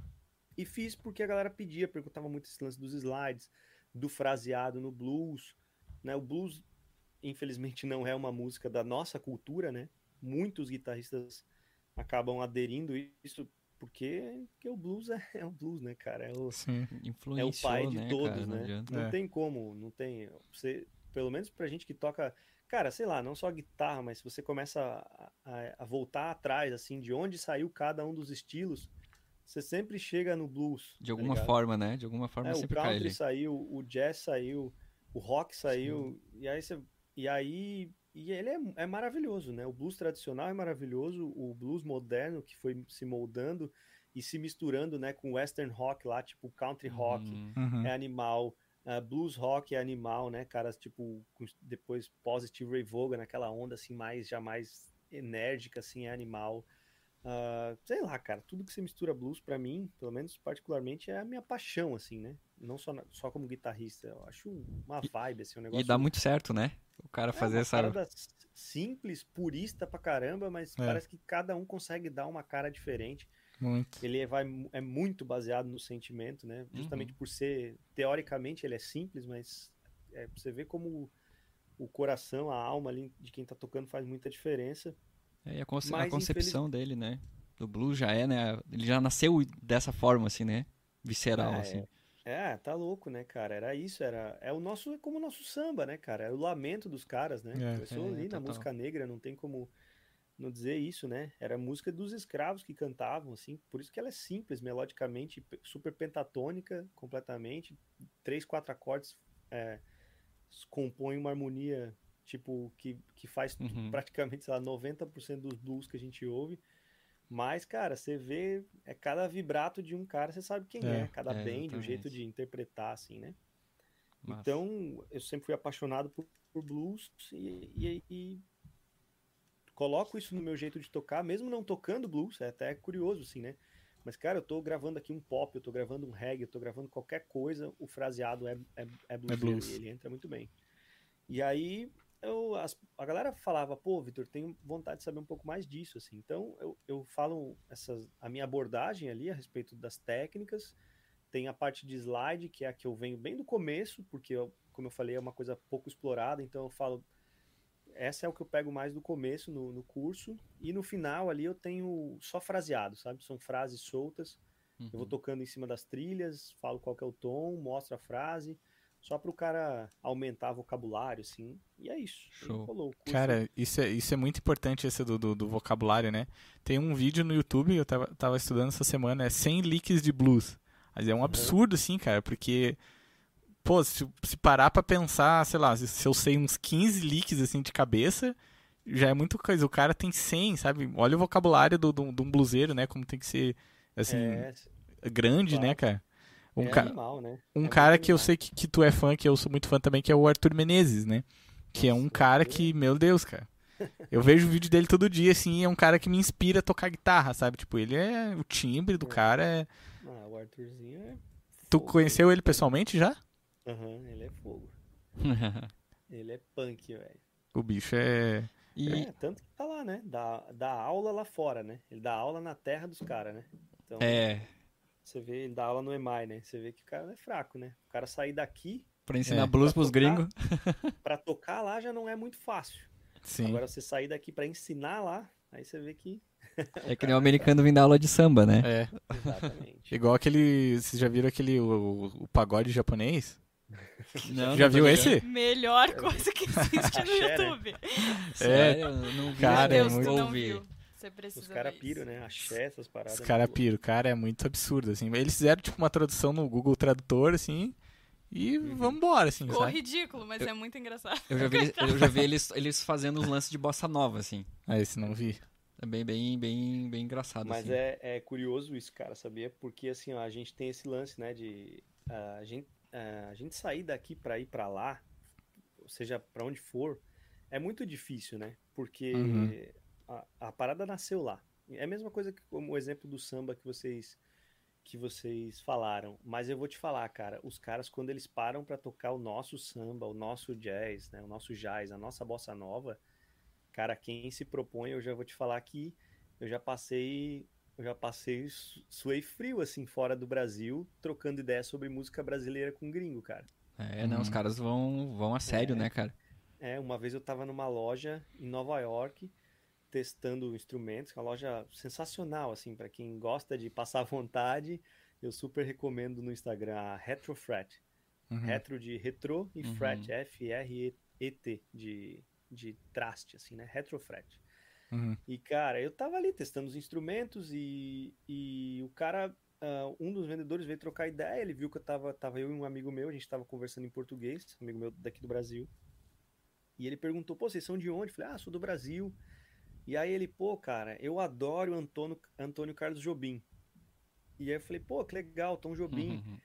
E fiz porque a galera pedia, porque eu tava muito esse lance dos slides, do fraseado no blues. Né? O blues, infelizmente, não é uma música da nossa cultura, né? Muitos guitarristas acabam aderindo a isso porque, porque o blues é, é o blues, né, cara? É o, Sim. é o pai Influenciou, de né, cara? todos, Não né? adianta. Não É. tem como, não tem. Você, pelo menos pra gente que toca, cara, sei lá, não só guitarra, mas se você começa a, a, a voltar atrás, assim, de onde saiu cada um dos estilos, você sempre chega no blues, De tá alguma ligado? forma, né? De alguma forma É, o sempre cai country ali. saiu, o jazz saiu, o rock Sim. saiu, e aí você, e aí, e ele é, é maravilhoso, né? O blues tradicional é maravilhoso, o blues moderno que foi se moldando e se misturando, né, com western rock lá, tipo country rock Uhum. Uhum. é animal, uh, blues rock é animal, né? Caras tipo com- depois Positive Ray Vaughan, naquela onda assim mais já mais enérgica assim é animal. Uh, sei lá, cara, tudo que você mistura blues pra mim, pelo menos particularmente, é a minha paixão, assim, né? Não só, na- só como guitarrista, eu acho uma E, vibe, assim, um e dá negócio. muito certo, né? O cara É fazer uma essa. parada s- simples, purista pra caramba, mas É, parece que cada um consegue dar uma cara diferente. muito. Ele é, vai, é muito baseado no sentimento, né? Justamente Uhum. por ser, teoricamente, ele é simples, mas é, você vê como o coração, a alma ali de quem tá tocando faz muita diferença. É, e a, conce- a Mas, infeliz... concepção dele, né? Do blues já é, né? Ele já nasceu dessa forma, assim, né? Visceral, assim. É, é, tá louco, né, cara? Era isso, era. É o nosso, é como o nosso samba, né, cara? É o lamento dos caras, né? É. Começou É, ali na total. música negra, não tem como não dizer isso, né? Era a música dos escravos que cantavam, assim. Por isso que ela é simples, melodicamente, pe- super pentatônica, completamente. Três, quatro acordes é, s- compõem uma harmonia, tipo, que, que faz tu- Uhum. praticamente, sei lá, noventa por cento dos blues que a gente ouve. Mas, cara, você vê, é cada vibrato de um cara, você sabe quem é, É, cada é, band, o jeito exatamente. de interpretar, assim, né? Massa. Então, eu sempre fui apaixonado por, por blues e, e, e coloco isso no meu jeito de tocar, mesmo não tocando blues, é até curioso, assim, né? Mas, cara, eu tô gravando aqui um pop, eu tô gravando um reggae, eu tô gravando qualquer coisa, o fraseado é, é, é bluseiro blues. e ele entra muito bem. E aí, eu, as- a galera falava, pô, Vitor, tenho vontade de saber um pouco mais disso, assim. Então, eu, eu falo essas, a minha abordagem ali a respeito das técnicas. Tem a parte de slide, que é a que eu venho bem do começo, porque, eu, como eu falei, é uma coisa pouco explorada, então eu falo, essa é o que eu pego mais do começo no, no curso, e no final ali eu tenho só fraseado, sabe? São frases soltas, eu vou Uhum. tocando em cima das trilhas, falo qual que é o tom, mostro a frase, só para o cara aumentar vocabulário, assim, e é isso. E Show. rolou o curso. Cara, isso é, isso é muito importante, esse do, do, do vocabulário, né? Tem um vídeo no YouTube, eu tava, tava estudando essa semana, é cem licks de blues. Mas é um absurdo, assim, cara, porque, pô, se, se parar pra pensar, sei lá, se, se eu sei uns quinze licks, assim, de cabeça, já é muita coisa. O cara tem cem, sabe? Olha o vocabulário do, do, de um bluseiro, né? Como tem que ser, assim, É, grande, né, claro. cara? Um, é ca- animal, né? um É cara muito que eu animal. sei que, que tu é fã, que eu sou muito fã também, que é o Arthur Menezes, né? Que é um Nossa, cara Arthur é- que, meu Deus, cara. Eu vejo o vídeo dele todo dia, assim, e é um cara que me inspira a tocar guitarra, sabe? Tipo, ele é. O timbre do É. cara é. Ah, o Arthurzinho é Tu fogo, conheceu né? ele pessoalmente já? Aham, ele é fogo. Ele é punk, velho. O bicho é. E É, tanto que tá lá, né? Dá, dá aula lá fora, né? Ele dá aula na terra dos caras, né? Então, é, você vê, ele dá aula no E M A I, né? Você vê que o cara não é fraco, né? O cara sair daqui pra ensinar É. blues pra pros tocar, gringos. pra tocar lá já não é muito fácil. Sim. Agora você sair daqui pra ensinar lá, aí você vê que É que nem o americano vindo dar aula de samba, né? É. exatamente. Igual aquele. Vocês já viram aquele. O, o pagode japonês? Não, Já não tô viu ligado. esse? Melhor coisa que existe no Axé, né? YouTube. Sério, eu não vi. Cara, Meu é Deus, muito- tu não ouvi. viu. Você precisa Os caras ver piram, isso. né? Axé, essas paradas. Os caras muito piro. Cara, é muito absurdo, assim. Eles fizeram, tipo, uma tradução no Google Tradutor, assim. E Uhum. vambora, assim, Ficou sabe? ridículo, mas é muito engraçado. Eu já vi, eu já vi eles, eles fazendo os lances de bossa nova, assim. Ah, esse não vi. É bem, bem, bem, bem engraçado, Mas assim. é, é curioso isso, cara, sabia? Porque assim, ó, a gente tem esse lance, né, de ah, a gente, ah, a gente sair daqui pra ir pra lá, ou seja, pra onde for, é muito difícil, né? Porque Uhum. a, a parada nasceu lá. É a mesma coisa que como o exemplo do samba que vocês que vocês falaram, mas eu vou te falar, cara, os caras quando eles param pra tocar o nosso samba, o nosso jazz, né, o nosso jazz, a nossa bossa nova, cara, quem se propõe, eu já vou te falar que eu já passei, eu já passei, su- suei frio assim fora do Brasil, trocando ideia sobre música brasileira com gringo, cara. É, não, os Uhum. caras vão, vão a sério, É. né, cara? É, uma vez eu tava numa loja em Nova York testando instrumentos, que é uma loja sensacional assim para quem gosta de passar vontade. Eu super recomendo no Instagram a Retrofret. Uhum. Retro de retro e Uhum. fret, F R E T de de traste assim, né? Retrofret. Uhum. E, cara, eu tava ali testando os instrumentos e, e o cara, ah, um dos vendedores veio trocar ideia, ele viu que eu tava, tava eu e um amigo meu, a gente tava conversando em português, um amigo meu daqui do Brasil, e ele perguntou, pô, vocês são de onde? Eu falei, ah, sou do Brasil. E aí ele, pô, cara, eu adoro o Antônio, Antônio Carlos Jobim. E aí eu falei, pô, que legal, Tom Jobim. Uhum.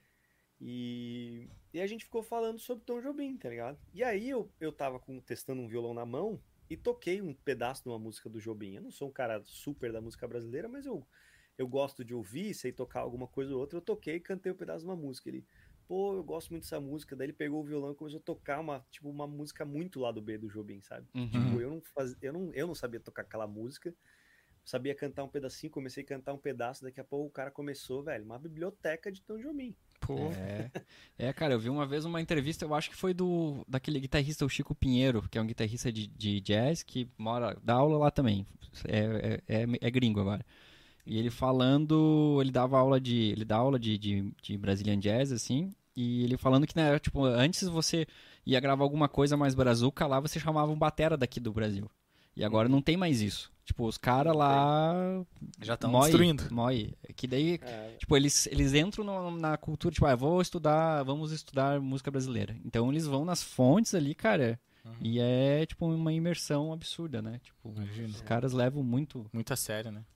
E, e a gente ficou falando sobre Tom Jobim, tá ligado? E aí eu, eu tava com, testando um violão na mão e toquei um pedaço de uma música do Jobim. Eu não sou um cara super da música brasileira, mas eu, eu gosto de ouvir, sei tocar alguma coisa ou outra. Eu toquei e cantei um pedaço de uma música. Ele, pô, eu gosto muito dessa música. Daí ele pegou o violão e começou a tocar uma, tipo, uma música muito lá do B do Jobim, sabe? Uhum. Tipo, eu não, faz, eu, não, eu não sabia tocar aquela música. Sabia cantar um pedacinho, comecei a cantar um pedaço. Daqui a pouco o cara começou, velho, uma biblioteca de Tom Jobim. Pô. É. É, cara, eu vi uma vez uma entrevista, eu acho que foi do daquele guitarrista, o Chico Pinheiro, que é um guitarrista de, de jazz, que mora, dá aula lá também. É, é, é, é gringo agora. E ele falando, ele dava aula de. Ele dá aula de, de, de Brazilian Jazz, assim. E ele falando que, né, tipo, antes você ia gravar alguma coisa mais brazuca lá, você chamava um batera daqui do Brasil. E agora não tem mais isso. Tipo, os caras lá. Já estão mói, destruindo. mói. Que daí, É, tipo, eles, eles entram no- na cultura, tipo, ah, vou estudar, vamos estudar música brasileira. Então eles vão nas fontes ali, cara. E é, tipo, uma imersão absurda, né? Tipo, Imagina. os caras levam muito. Muito a sério, né?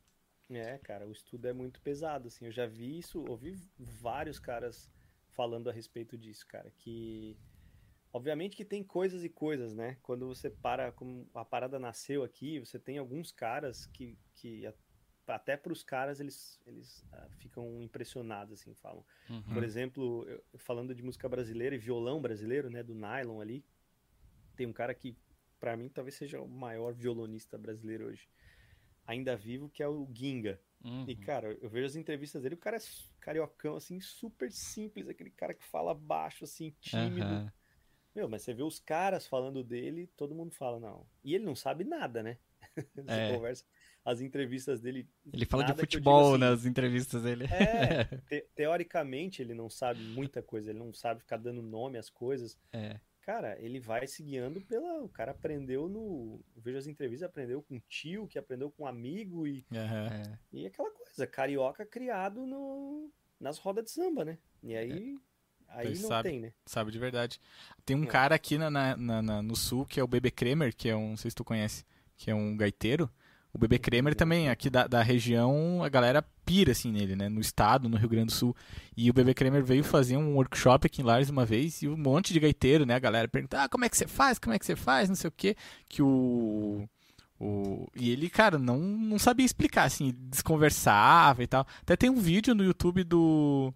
É, cara, o estudo é muito pesado, assim. Eu já vi isso, ouvi vários caras falando a respeito disso, cara, que obviamente que tem coisas e coisas, né? Quando você para, como a parada nasceu aqui, você tem alguns caras que, que a- até para os caras eles, eles ah, ficam impressionados, assim, falam. Por Uhum. exemplo, eu- falando de música brasileira e violão brasileiro, né, do Nylon ali, tem um cara que, pra mim, talvez seja o maior violonista brasileiro hoje, ainda vivo, que é o Ginga. E, Uhum. cara, eu vejo as entrevistas dele, o cara é su- cariocão, assim, super simples, aquele cara que fala baixo, assim, tímido. Aham. Meu, mas você vê os caras falando dele, todo mundo fala, não. E ele não sabe nada, né? Você É. conversa, as entrevistas dele, Ele fala de nada que eu digo futebol assim. nas entrevistas dele. É, te- teoricamente ele não sabe muita coisa, ele não sabe ficar dando nome às coisas. É. Cara, ele vai se guiando pela. O cara aprendeu no. Eu vejo as entrevistas, aprendeu com um tio, que aprendeu com um amigo e, Aham. É. e aquela coisa, carioca criado no, nas rodas de samba, né? E aí, Ele aí não sabe, tem, né? sabe de verdade. Tem um É. cara aqui na, na- na- na- no sul que é o Bebê Kremer, que é um, não sei se tu conhece, que é um gaiteiro. O Bebê Kremer também, aqui da, da região, a galera pira assim nele, né? No estado, no Rio Grande do Sul. E o Bebê Kremer veio fazer um workshop aqui em Lares uma vez e um monte de gaiteiro, né? A galera pergunta, ah, como é que você faz? Como é que você faz? Não sei o quê. Que o... O... E ele, cara, não, não sabia explicar, assim, desconversava e tal. Até tem um vídeo no YouTube do.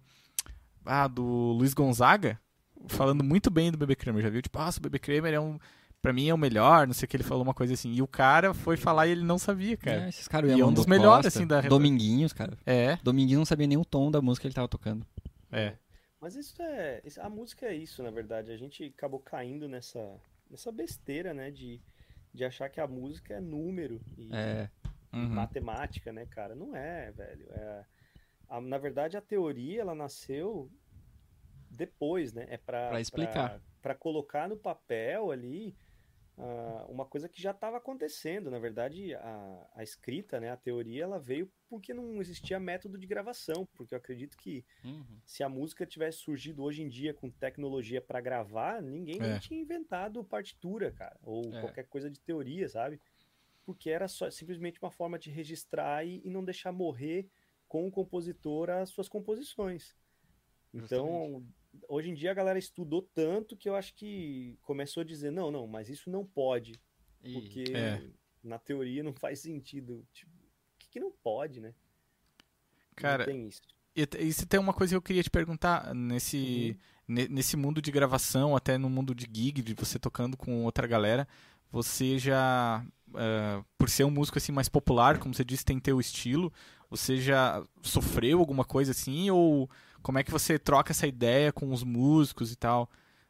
Ah, do Luiz Gonzaga, falando muito bem do Bebê Kramer, já viu? Tipo, nossa, o Bebê Kramer é um. Pra mim é o melhor, não sei o que, ele falou uma coisa assim. E o cara foi falar e ele não sabia, É, cara. esses caras, E o é um Yamandu dos melhores, Costa, assim, da- Dominguinhos, cara. É, Dominguinhos não sabia nem o tom da música que ele tava tocando. é. Mas isso é. isso- A música é isso, na verdade. A gente acabou caindo nessa, nessa besteira, né? De, de achar que a música é número e, É. e Uhum. matemática, né, cara? Não é, velho. É, a- na verdade, a teoria, ela nasceu depois, né? É pra, Pra explicar. pra, pra colocar no papel ali ah, uma coisa que já estava acontecendo. Na verdade, a, a escrita, né? A teoria, ela veio porque não existia método de gravação. Porque eu acredito que Uhum. se a música tivesse surgido hoje em dia com tecnologia para gravar, ninguém nem É. tinha inventado partitura, cara, ou É. qualquer coisa de teoria, sabe? Porque era só simplesmente uma forma de registrar e, e não deixar morrer com o compositor as suas composições. Então, hoje em dia a galera estudou tanto que eu acho que começou a dizer, não, não, mas isso não pode, E- porque É. na teoria não faz sentido. Tipo, o que, que não pode, né? Cara, não tem isso. E te- isso tem uma coisa que eu queria te perguntar nesse, ne- nesse mundo de gravação, até no mundo de gig, de você tocando com outra galera, você já, eh, por ser um músico assim mais popular, como você disse, tem teu estilo, você já sofreu alguma coisa assim, ou como é que você troca essa ideia com os músicos e tal?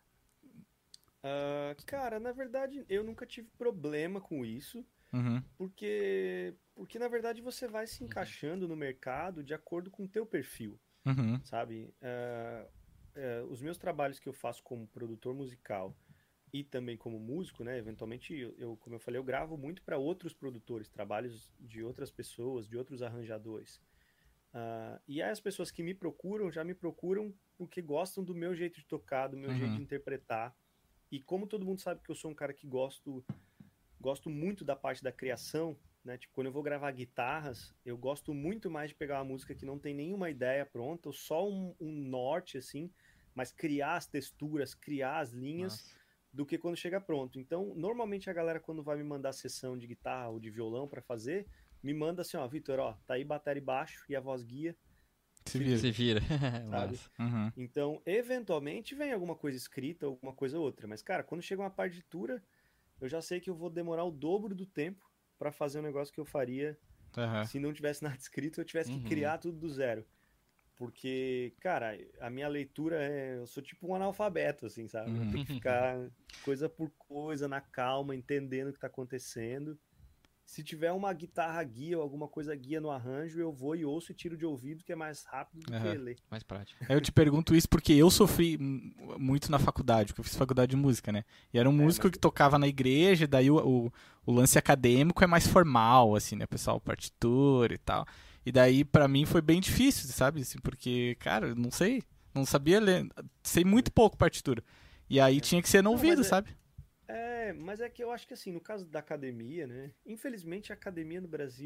Ah, cara, na verdade, eu nunca tive problema com isso, Uhum, porque, porque na verdade você vai se encaixando no mercado de acordo com o teu perfil, uhum, sabe? Ah, ah, os meus trabalhos que eu faço como produtor musical e também como músico, né? Eventualmente, eu, eu- como eu falei, eu gravo muito para outros produtores, trabalhos de outras pessoas, de outros arranjadores. Ah, e aí as pessoas que me procuram já me procuram porque gostam do meu jeito de tocar, do meu jeito uhum, de interpretar. E como todo mundo sabe que eu sou um cara que gosto, gosto muito da parte da criação, né? Tipo, quando eu vou gravar guitarras, eu gosto muito mais de pegar uma música que não tem nenhuma ideia pronta, ou só um, um norte, assim, mas criar as texturas, criar as linhas, Nossa. do que quando chega pronto. Então, normalmente a galera, quando vai me mandar sessão de guitarra ou de violão pra fazer, me manda assim, ó, Vitor, ó, tá aí bateria e baixo e a voz guia, se se vira. Se vira. sabe? Massa. Uhum, Então, eventualmente vem alguma coisa escrita, alguma coisa ou outra. Mas, cara, quando chega uma partitura, eu já sei que eu vou demorar o dobro do tempo pra fazer um negócio que eu faria aham, se não tivesse nada escrito, eu tivesse que Uhum. criar tudo do zero. Porque, cara, a minha leitura é. Eu sou tipo um analfabeto, assim, sabe? Eu tenho que ficar coisa por coisa, na calma, entendendo o que tá acontecendo. Se tiver uma guitarra guia ou alguma coisa guia no arranjo, eu vou e ouço e tiro de ouvido, que é mais rápido do que Aham. ler. Mais prático. Aí eu te pergunto isso porque eu sofri hum, muito na faculdade, porque eu fiz faculdade de música, né? E era um músico mas- que tocava na igreja, daí o, o, o lance acadêmico é mais formal, assim, né? Pessoal, partitura e tal. E daí, pra mim, foi bem difícil, sabe? Assim, porque, cara, eu não sei, não sabia ler, sei muito pouco partitura. E aí tinha que ser no Não, ouvido, mas é- sabe? É, mas é que eu acho que assim, no caso da academia, né? Infelizmente a academia no Brasil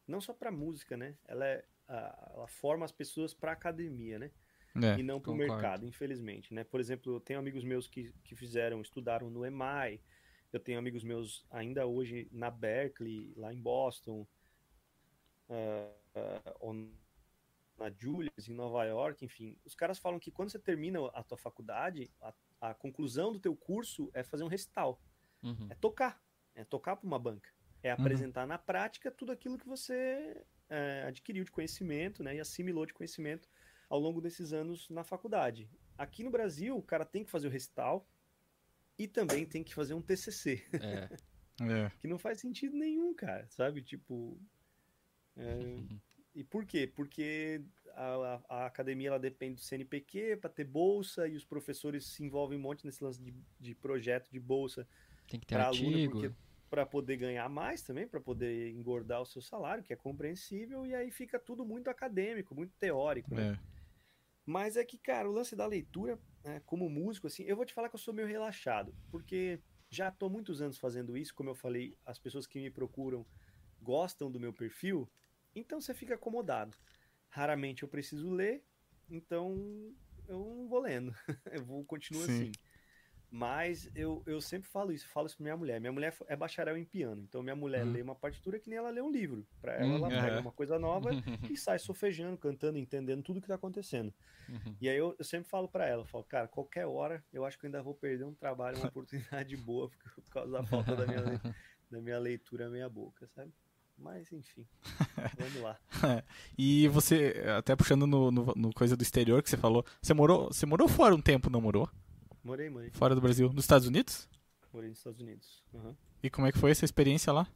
não só para música, né? Ela, é, a- ela forma as pessoas para academia, né? É. E não para o concordo. mercado, infelizmente, né? Por exemplo, eu tenho amigos meus que, que fizeram, estudaram no M I, eu tenho amigos meus ainda hoje na Berkeley, lá em Boston, ah, ah, ou na Juilliard, em Nova York, enfim. Os caras falam que quando você termina a tua faculdade, a, a conclusão do teu curso é fazer um recital, Uhum. é tocar, é tocar para uma banca, é apresentar na prática tudo aquilo que você é, adquiriu de conhecimento, né, e assimilou de conhecimento ao longo desses anos na faculdade. Aqui no Brasil, o cara tem que fazer o recital e também tem que fazer um T C C, É. É. que não faz sentido nenhum, cara, sabe? Tipo, é, e por quê? Porque a, a- a academia ela depende do C N P Q para ter bolsa e os professores se envolvem um monte nesse lance de, de projeto de bolsa Tem que ter para aluno, artigo. porque para poder ganhar mais também, para poder engordar o seu salário, que é compreensível, e aí fica tudo muito acadêmico, muito teórico, né? É. Mas é que, cara, o lance da leitura, né, como músico, assim, eu vou te falar que eu sou meio relaxado, porque já tô há muitos anos fazendo isso, como eu falei, as pessoas que me procuram gostam do meu perfil, então você fica acomodado. Raramente eu preciso ler, então eu não vou lendo. Eu vou continuo Sim. assim. Mas eu, eu sempre falo isso, falo isso pra minha mulher. Minha mulher é bacharel em piano, então minha mulher Uhum. lê uma partitura que nem ela lê um livro. Pra ela, ela Uhum. pega Aham. uma coisa nova e sai sofejando, cantando, entendendo tudo que tá acontecendo. Uhum. E aí eu, eu sempre falo pra ela, eu falo, cara, qualquer hora eu acho que eu ainda vou perder um trabalho, uma oportunidade boa por por causa da falta da minha, le- da minha leitura meia boca, sabe? Mas enfim, vamos lá. E você, até puxando no, no, no coisa do exterior que você falou, você morou, você morou fora um tempo, não morou? Morei, morei. Fora do Brasil, nos Estados Unidos? Morei nos Estados Unidos. Aham. E como é que foi essa experiência lá?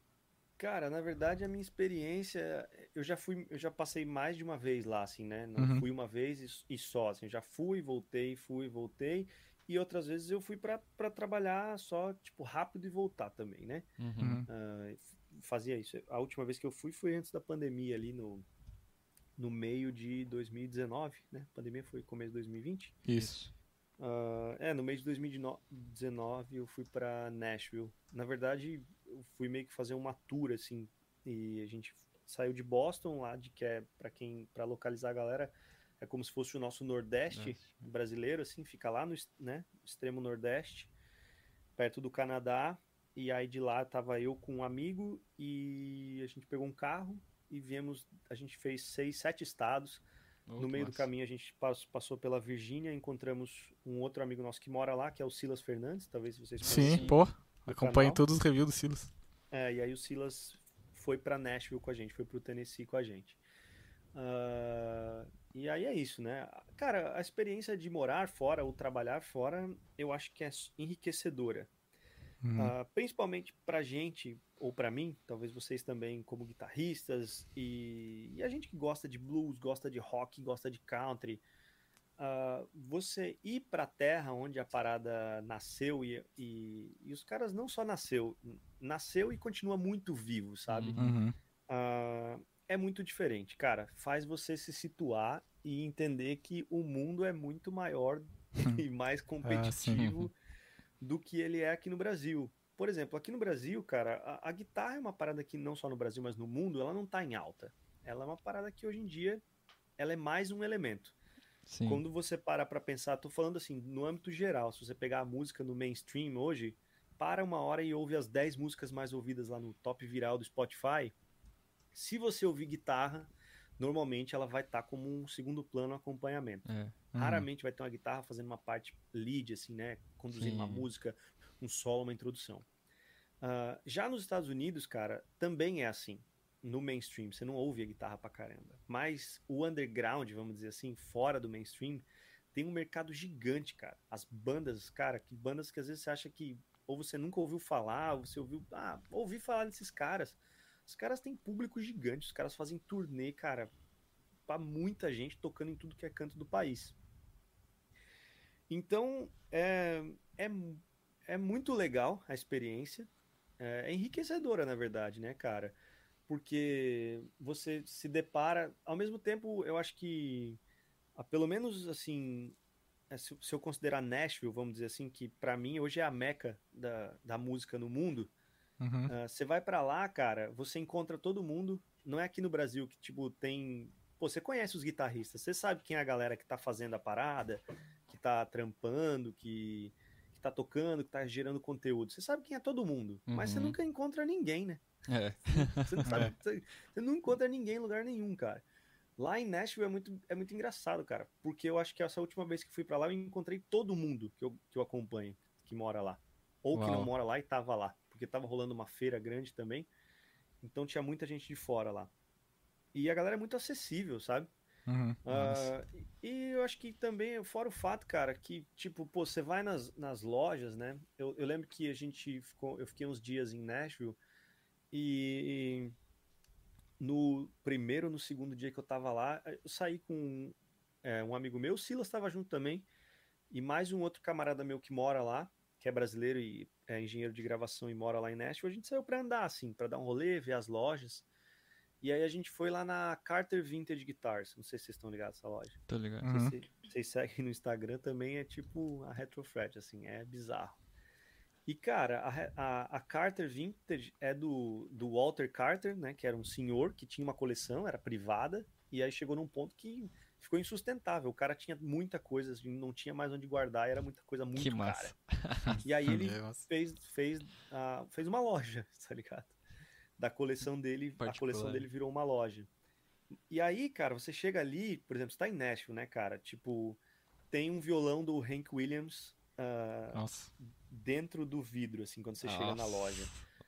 Cara, na verdade a minha experiência, eu já fui, eu já passei mais de uma vez lá, assim, né? Não Uhum. fui uma vez e, e só, assim, já fui, voltei, fui, voltei. E outras vezes eu fui pra para trabalhar só, tipo, rápido e voltar também, né? Uhum. Uhum. Ah, f- fazia isso. A última vez que eu fui foi antes da pandemia, ali no, no meio de dois mil e dezenove, né? A pandemia foi começo de dois mil e vinte. Isso. Ah, é, no mês de dois mil e dezenove eu fui pra Nashville. Na verdade, eu fui meio que fazer uma tour, assim, e a gente saiu de Boston, lá de que é, pra quem, para localizar a galera, é como se fosse o nosso Nordeste brasileiro, assim, fica lá no, es- né, extremo Nordeste, perto do Canadá, e aí de lá tava eu com um amigo e a gente pegou um carro e viemos, a gente fez seis, sete estados. Oh, No que meio do massa. caminho a gente pass- passou pela Virgínia, encontramos um outro amigo nosso que mora lá, que é o Silas Fernandes, talvez vocês Sim, conheçam. pô. do Acompanho canal. todos os reviews do Silas. É, e aí o Silas foi pra Nashville com a gente, foi pro Tennessee com a gente. Ah, e aí é isso, né? Cara, a experiência de morar fora ou trabalhar fora, eu acho que é enriquecedora. Uhum. Ah, principalmente pra gente, ou pra mim, talvez vocês também como guitarristas, e, e a gente que gosta de blues, gosta de rock, gosta de country, ah, você ir pra terra onde a parada nasceu e, e, e os caras não só nasceu, nasceu e continua muito vivo, sabe? Uhum. Uhum. Ah, é muito diferente, cara. Faz você se situar e entender que o mundo é muito maior e mais competitivo do que ele é aqui no Brasil. Por exemplo, aqui no Brasil, cara, a, a guitarra é uma parada que não só no Brasil, mas no mundo, ela não tá em alta. Ela é uma parada que hoje em dia ela é mais um elemento. Sim. Quando você para pra pensar, tô falando assim, no âmbito geral, se você pegar a música no mainstream hoje, para uma hora e ouve as dez músicas mais ouvidas lá no top viral do Spotify. Se você ouvir guitarra, normalmente ela vai estar como um segundo plano acompanhamento. É. Raramente vai ter uma guitarra fazendo uma parte lead, assim, né? Conduzindo uma Sim. música, um solo, uma introdução. Ah, já nos Estados Unidos, cara, também é assim. No mainstream, você não ouve a guitarra pra caramba. Mas o underground, vamos dizer assim, fora do mainstream, tem um mercado gigante, cara. As bandas, cara, que bandas que às vezes você acha que ou você nunca ouviu falar, ou você ouviu, ah, ouvi falar desses caras. Os caras têm público gigante, os caras fazem turnê, cara, pra muita gente tocando em tudo que é canto do país. Então, é, é, é muito legal a experiência. É, é enriquecedora, na verdade, né, cara? Porque você se depara. Ao mesmo tempo, eu acho que, ah, pelo menos assim, é, se, se eu considerar Nashville, vamos dizer assim, que pra mim hoje é a meca da, da música no mundo. Uhum. ah, você vai pra lá, cara, você encontra todo mundo não é aqui no Brasil que, tipo, tem... Pô, você conhece os guitarristas, você sabe quem é a galera que tá fazendo a parada, que tá trampando, que, que tá tocando, que tá gerando conteúdo. Você sabe quem é todo mundo, uhum. mas você nunca encontra ninguém, né? É. Você não sabe, você, você não encontra ninguém em lugar nenhum, cara. Lá em Nashville é muito, é muito engraçado, cara, porque eu acho que essa última vez que fui pra lá eu encontrei todo mundo que eu, que eu acompanho, que mora lá. Ou Uau. que não mora lá e tava lá, porque tava rolando uma feira grande também, então tinha muita gente de fora lá. E a galera é muito acessível, sabe? Uhum, uh, e eu acho que também, fora o fato, cara, que, tipo, pô, você vai nas, nas lojas, né? Eu, eu lembro que a gente ficou, eu fiquei uns dias em Nashville e no primeiro, no segundo dia que eu tava lá, eu saí com é, um amigo meu, o Silas tava junto também, e mais um outro camarada meu que mora lá, que é brasileiro e é engenheiro de gravação e mora lá em Nashville. A gente saiu pra andar, assim, pra dar um rolê, ver as lojas. E aí a gente foi lá na Carter Vintage Guitars. Não sei se vocês estão ligados nessa loja. Tô ligado. Uhum. Vocês, vocês seguem no Instagram também, é tipo a Retrofret, assim, é bizarro. E, cara, a, a, a Carter Vintage é do, do Walter Carter, né? Que era um senhor que tinha uma coleção, era privada. E aí chegou num ponto que ficou insustentável. O cara tinha muita coisa, assim, não tinha mais onde guardar, era muita coisa muito que cara. massa. E aí ele fez, fez, uh, fez uma loja, tá ligado? Da coleção dele, particular. A coleção dele virou uma loja. E aí, cara, você chega ali, por exemplo, você tá em Nashville, né, cara? Tipo, tem um violão do Hank Williams uh, dentro do vidro, assim, quando você Nossa. chega na loja.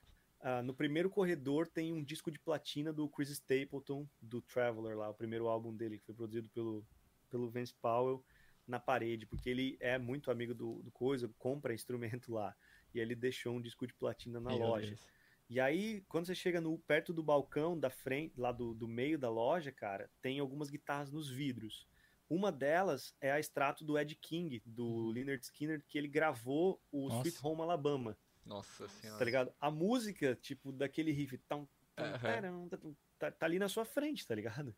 Uh, no primeiro corredor tem um disco de platina do Chris Stapleton, do Traveler lá, o primeiro álbum dele, que foi produzido pelo, pelo Vance Powell, na parede, porque ele é muito amigo do, do coisa, compra instrumento lá. E ele deixou um disco de platina na Meu loja. Deus. E aí, quando você chega no, perto do balcão da frente, lá do, do meio da loja, cara, tem algumas guitarras nos vidros. Uma delas é a extrato do Ed King, do uhum. Lynyrd Skynyrd, que ele gravou o Nossa. Sweet Home Alabama. Nossa Senhora. Tá ligado? A música, tipo, daquele riff, tão, tão, uhum. tá, tá, tá ali na sua frente, tá ligado?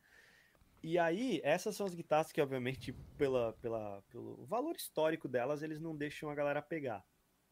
E aí, essas são as guitarras que, obviamente, pela, pela, pelo valor histórico delas, eles não deixam a galera pegar.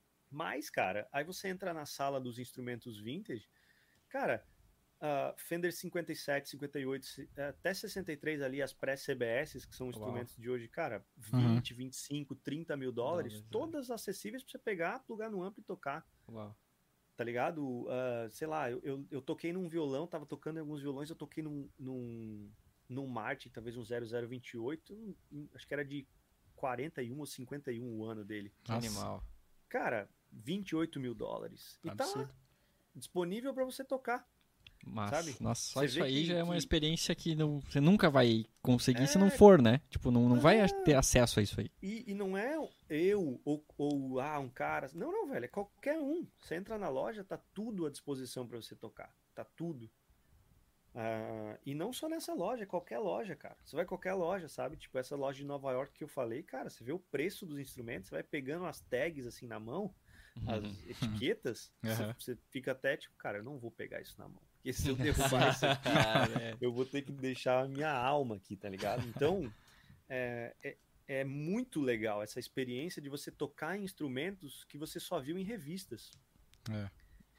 Mas, cara, aí você entra na sala dos instrumentos vintage, cara, uh, Fender cinquenta e sete, cinquenta e oito, até sessenta e três ali, as pré-C B S, que são Uau. Instrumentos de hoje, cara, vinte, uhum. vinte e cinco, trinta mil dólares, Dólares, todas é. acessíveis pra você pegar, plugar no amp e tocar. Uau. Tá ligado? Uh, sei lá, eu, eu, eu toquei num violão, tava tocando em alguns violões, eu toquei num, num, num Martin, talvez um zero zero vinte e oito, um, acho que era de quarenta e um ou cinquenta e um o ano dele. Que Nossa. Animal. Cara, vinte e oito mil dólares. E Absurdo. tá disponível para você tocar. Mas, sabe? Nossa, só você isso aí que, já é uma que... experiência que não, você nunca vai conseguir é... se não for, né? Tipo, não, não ah, vai ter acesso a isso aí. E, e não é eu ou, ou ah, um cara. Não, não, velho. É qualquer um. Você entra na loja, tá tudo à disposição para você tocar. Tá tudo. Uh, e não só nessa loja, qualquer loja, cara. Você vai a qualquer loja, sabe? Tipo, essa loja de Nova York que eu falei, cara, você vê o preço dos instrumentos, você vai pegando as tags assim na mão, as etiquetas, uhum. você, você fica até tipo, cara, eu não vou pegar isso na mão. Porque se eu derrubar isso aqui, eu vou ter que deixar a minha alma aqui, tá ligado? Então, é, é, é muito legal essa experiência de você tocar em instrumentos que você só viu em revistas. É.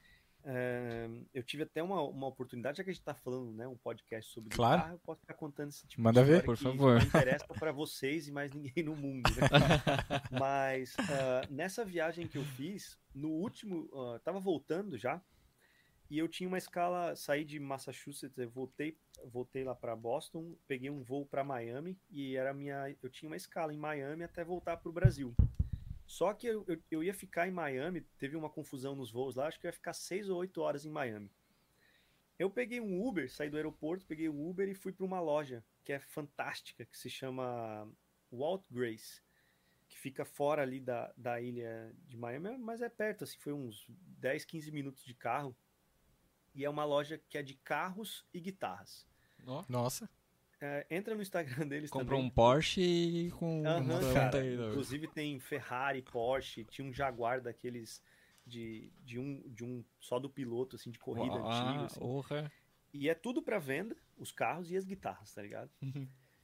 É, eu tive até uma, uma oportunidade, já que a gente tá falando, né, um podcast sobre claro. guitarra, eu posso ficar contando esse tipo Manda de história ver, por que favor. não interessa para vocês e mais ninguém no mundo, né? Mas uh, nessa viagem que eu fiz, no último, uh, tava voltando já, e eu tinha uma escala, saí de Massachusetts, eu voltei, voltei lá para Boston, peguei um voo para Miami, e era minha, eu tinha uma escala em Miami até voltar pro Brasil. Só que eu, eu, eu ia ficar em Miami, teve uma confusão nos voos lá, acho que eu ia ficar seis ou oito horas em Miami. Eu peguei um Uber, saí do aeroporto, peguei um Uber e fui para uma loja que é fantástica, que se chama Walt Grace, que fica fora ali da, da ilha de Miami, mas é perto, assim, foi uns dez, quinze minutos de carro. E é uma loja que é de carros e guitarras. Nossa! É, entra no Instagram deles Comprou também. um Porsche com... Uhum, cara, aí, inclusive tem Ferrari, Porsche, tinha um Jaguar daqueles de, de, um, de um só do piloto, assim, de corrida Uau, antigo. Assim. Orra. E é tudo pra venda, os carros e as guitarras, tá ligado? Uhum.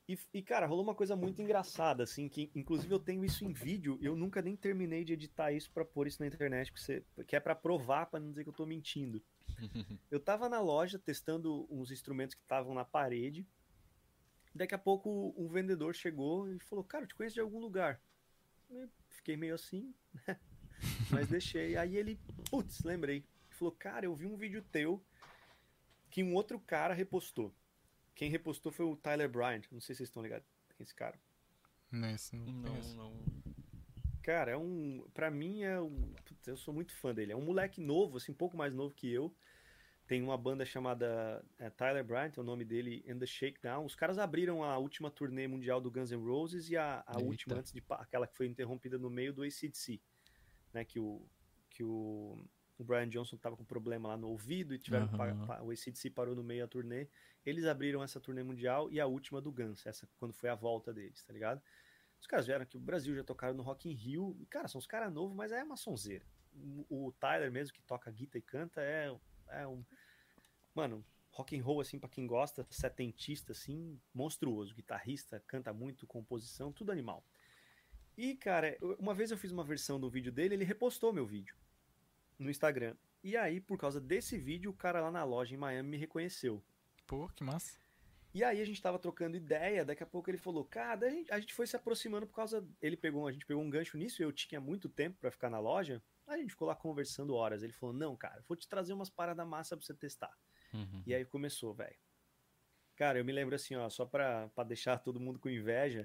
E, e, cara, rolou uma coisa muito engraçada, assim, que inclusive eu tenho isso em vídeo, e eu nunca nem terminei de editar isso pra pôr isso na internet, que, você, que é pra provar, pra não dizer que eu tô mentindo. Eu tava na loja testando uns instrumentos que estavam na parede, daqui a pouco um vendedor chegou e falou, cara, eu te conheço de algum lugar. Eu fiquei meio assim, né? Mas deixei. Aí ele, putz, lembrei. Ele falou, cara, eu vi um vídeo teu que um outro cara repostou. Quem repostou foi o Tyler Bryant. Não sei se vocês estão ligados quem é esse cara. Não, isso não, Não, conheço. não. Cara, é um. Pra mim é um. Putz, eu sou muito fã dele. É um moleque novo, assim, um pouco mais novo que eu. Tem uma banda chamada é, Tyler Bryant, é o nome dele, And the Shakedown. Os caras abriram a última turnê mundial do Guns N' Roses e a, a Eita. última antes de pa- aquela que foi interrompida no meio do A C D C, né? Que o que o, o Brian Johnson tava com problema lá no ouvido e tiveram que pa- Aham. pa- o A C D C parou no meio da turnê. Eles abriram essa turnê mundial e a última do Guns, essa quando foi a volta deles, tá ligado? Os caras vieram aqui, o Brasil já tocaram no Rock in Rio, e cara, são os caras novos, mas é uma sonzeira. O, o Tyler mesmo, que toca guitarra e canta, é, é um... Mano, rock and roll, assim, pra quem gosta, setentista, assim, monstruoso. Guitarrista, canta muito, composição, tudo animal. E, cara, eu- uma vez eu fiz uma versão do vídeo dele, ele repostou meu vídeo no Instagram. E aí, por causa desse vídeo, o cara lá na loja em Miami me reconheceu. Pô, que massa. E aí a gente tava trocando ideia, daqui a pouco ele falou, cara, daí a gente, a gente foi se aproximando por causa. Ele pegou, a gente pegou um gancho nisso, eu tinha muito tempo pra ficar na loja. A gente ficou lá conversando horas. Ele falou, não, cara, vou te trazer umas paradas massa pra você testar. Uhum. E aí começou, velho. Cara, eu me lembro assim, ó, só pra, pra deixar todo mundo com inveja,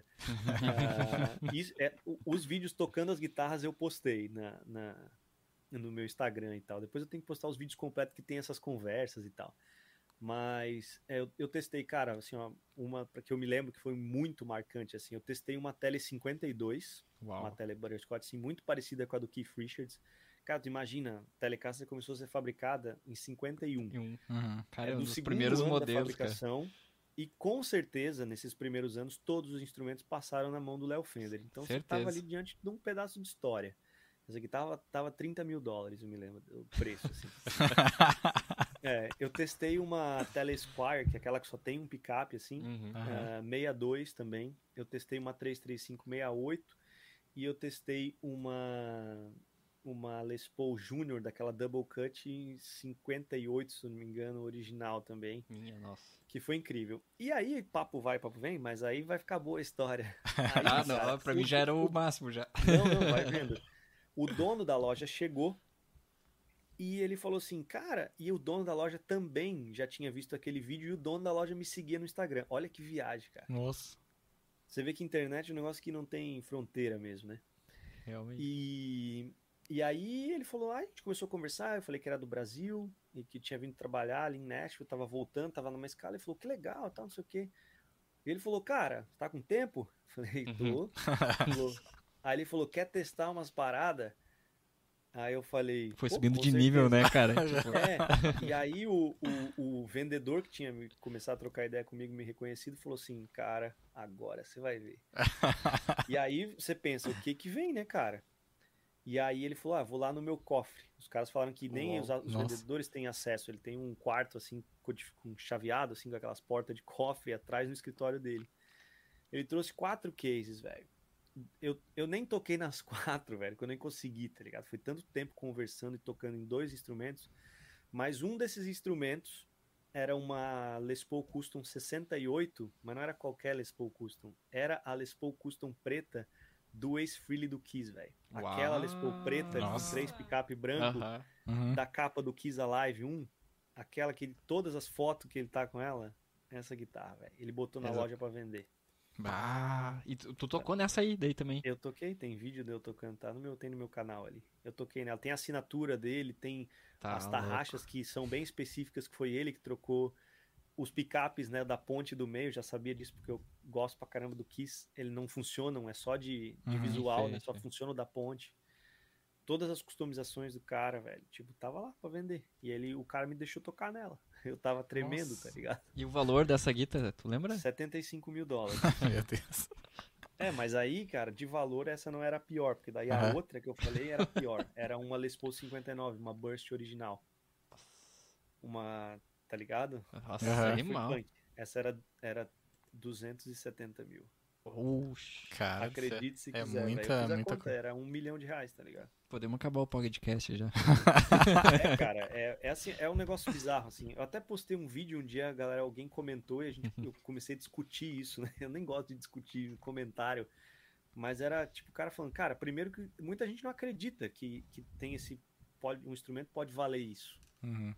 ah, isso- é, o- os vídeos tocando as guitarras eu postei na, na- no meu Instagram e tal. Depois eu tenho que postar os vídeos completos que tem essas conversas e tal. Mas é, eu, eu testei, cara, assim, ó, uma que eu me lembro que foi muito marcante, assim, eu testei uma Tele cinquenta e dois, uma Uau. Tele Butterscotch, assim, muito parecida com a do Keith Richards. Cara, tu imagina, a Telecaster começou a ser fabricada em cinquenta e um. E um- Uhum. Cara, É é um do dos segundo primeiros ano da modelos, cara. fabricação. E com certeza, nesses primeiros anos, todos os instrumentos passaram na mão do Léo Fender. Então você estava Certeza. ali diante de um pedaço de história. Essa aqui tava, tava trinta mil dólares, eu me lembro, o preço, assim. É, eu testei uma Telesquire, que é aquela que só tem um picape, assim, Uhum. Aham. ah, sessenta e dois também. Eu testei uma três três cinco sessenta e oito e eu testei uma uma Les Paul Junior, daquela Double Cut em cinquenta e oito, se eu não me engano, original também, Minha nossa. que foi incrível. E aí, papo vai, papo vem, mas aí vai ficar boa a história. Aí, Ah, não, cara, pra o- mim já era o o- máximo já. Não, não, vai vendo. O dono da loja chegou e ele falou assim, cara, e o dono da loja também já tinha visto aquele vídeo e o dono da loja me seguia no Instagram. Olha que viagem, cara. Nossa. Você vê que internet é um negócio que não tem fronteira mesmo, né? Realmente. E, e aí ele falou, ah, a gente começou a conversar, eu falei que era do Brasil e que tinha vindo trabalhar ali em Nashville, tava voltando, tava numa escala, ele falou, que legal, tal, não sei o quê. E ele falou, cara, tá com tempo? Eu falei, tô. Ele falou- Aí ele falou, quer testar umas paradas? Aí eu falei, Foi "Pô, subindo com de nível, certeza." né, cara? Tipo, É, e aí o, o, o vendedor que tinha me- começado a trocar ideia comigo, me reconhecido, falou assim, cara, agora você vai ver. E aí você pensa, o que que vem, né, cara? E aí ele falou, ah, vou lá no meu cofre. Os caras falaram que nem os, os Nossa. vendedores têm acesso. Ele tem um quarto, assim, codif- com chaveado, assim, com aquelas portas de cofre atrás no escritório dele. Ele trouxe quatro cases, velho. Eu, eu nem toquei nas quatro, velho, que eu nem consegui, tá ligado? Foi tanto tempo conversando e tocando em dois instrumentos. Mas um desses instrumentos era uma Les Paul Custom sessenta e oito, mas não era qualquer Les Paul Custom. Era a Les Paul Custom preta do Ace Frehley do Kiss, velho. Aquela Les Paul preta Nossa. de três picape branco, aham. Uhum. da capa do Kiss Alive um, aquela que ele- todas as fotos que ele tá com ela, essa guitarra, velho. Ele botou na Exato. loja pra vender. Bah. E tu, tu tocou nessa aí daí também. Eu toquei, tem vídeo de eu tocando, tá no meu, tem no meu canal ali. Eu toquei nela, tem a assinatura dele, tem Tá as louco. tarraxas que são bem específicas, que foi ele que trocou os picapes, né, da ponte do meio, já sabia disso porque eu gosto pra caramba do Kiss, ele não funcionam, é só de, de Uhum, visual, né, sei, só sei. funciona o da ponte. Todas as customizações do cara, velho, tipo, tava lá pra vender. E ele, o cara me deixou tocar nela. Eu tava tremendo, Nossa. tá ligado? E o valor dessa guitarra, tu lembra? setenta e cinco mil dólares. Meu Deus. É, mas aí, cara, de valor essa não era a pior, porque daí a Aham. outra que eu falei era pior. Era uma Les Paul cinquenta e nove, uma Burst original. Uma, tá ligado? Nossa, Aham. Foi animal. punk. Essa era, era duzentos e setenta mil. Oxi. Cara, Acredite se é quiser, velho. muita- Eu fiz a muita conta, coisa. era um milhão de reais, tá ligado? Podemos acabar o podcast já. É, cara, é, é assim, é um negócio bizarro, assim. Eu até postei um vídeo um dia, a galera, alguém comentou e a gente, eu comecei a discutir isso, né? Eu nem gosto de discutir em comentário, mas era tipo o cara falando, cara, primeiro que muita gente não acredita que, que tem esse, pode, um instrumento pode valer isso. Uhum.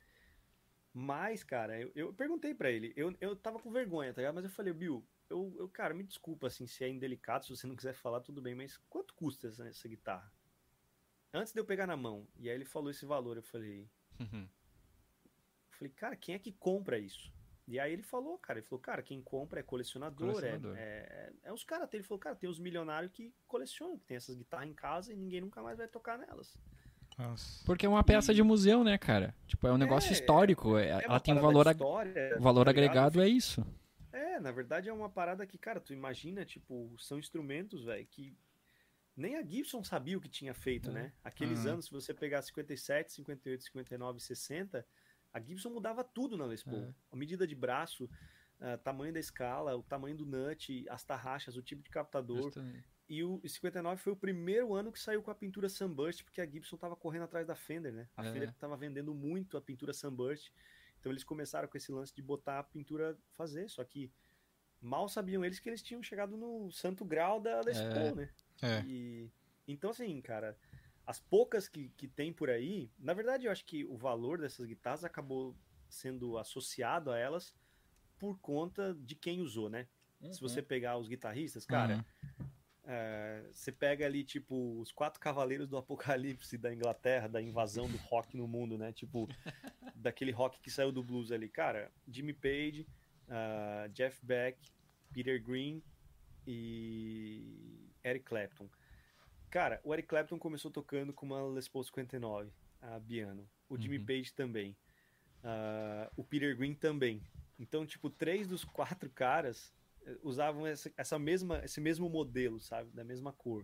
Mas, cara, eu, eu perguntei pra ele, eu, eu tava com vergonha, tá ligado? Mas eu falei, Bill, eu, eu, cara, me desculpa, assim, se é indelicado, se você não quiser falar, tudo bem, mas quanto custa essa, essa guitarra? Antes de eu pegar na mão, e aí ele falou esse valor, eu falei, eu falei, cara, quem é que compra isso? E aí ele falou, cara, ele falou, cara, quem compra é colecionador, Colecionador. É, é, é os caras, ele falou, cara, tem os milionários que colecionam, que tem essas guitarras em casa e ninguém nunca mais vai tocar nelas. Nossa. Porque é uma peça de museu, né, cara? Tipo, é um negócio É, histórico. é- É ela uma tem um parada valor, de ag- história, o valor tá ligado? agregado é isso. É, na verdade é uma parada que, cara, tu imagina, tipo, são instrumentos, velho, que nem a Gibson sabia o que tinha feito, É. né? Aqueles Uhum. anos, se você pegar cinquenta e sete, cinquenta e oito, cinquenta e nove, sessenta, a Gibson mudava tudo na Les Paul. É. A medida de braço, ah, tamanho da escala, o tamanho do nut, as tarraxas, o tipo de captador. Justamente. E o e cinquenta e nove foi o primeiro ano que saiu com a pintura Sunburst, porque a Gibson tava correndo atrás da Fender, né? A É. Fender tava vendendo muito a pintura Sunburst. Então eles começaram com esse lance de botar a pintura fazer, só que mal sabiam eles que eles tinham chegado no santo grau da Les É. Paul, né? É. E, então, assim, cara, as poucas que, que tem por aí, na verdade, eu acho que o valor dessas guitarras acabou sendo associado a elas por conta de quem usou, né? Se você pegar os guitarristas, cara, Uhum. é, você pega ali, tipo, os quatro cavaleiros do apocalipse da Inglaterra, da invasão do rock no mundo, né? Tipo, daquele rock que saiu do blues ali. Cara, Jimmy Page, ah, Jeff Beck, Peter Green e Eric Clapton. Cara, o Eric Clapton começou tocando com uma Les Paul cinquenta e nove, a piano. O Jimmy Uhum. Page também. Ah, o Peter Green também. Então, tipo, três dos quatro caras eh, usavam essa, essa mesma, esse mesmo modelo, sabe? Da mesma cor.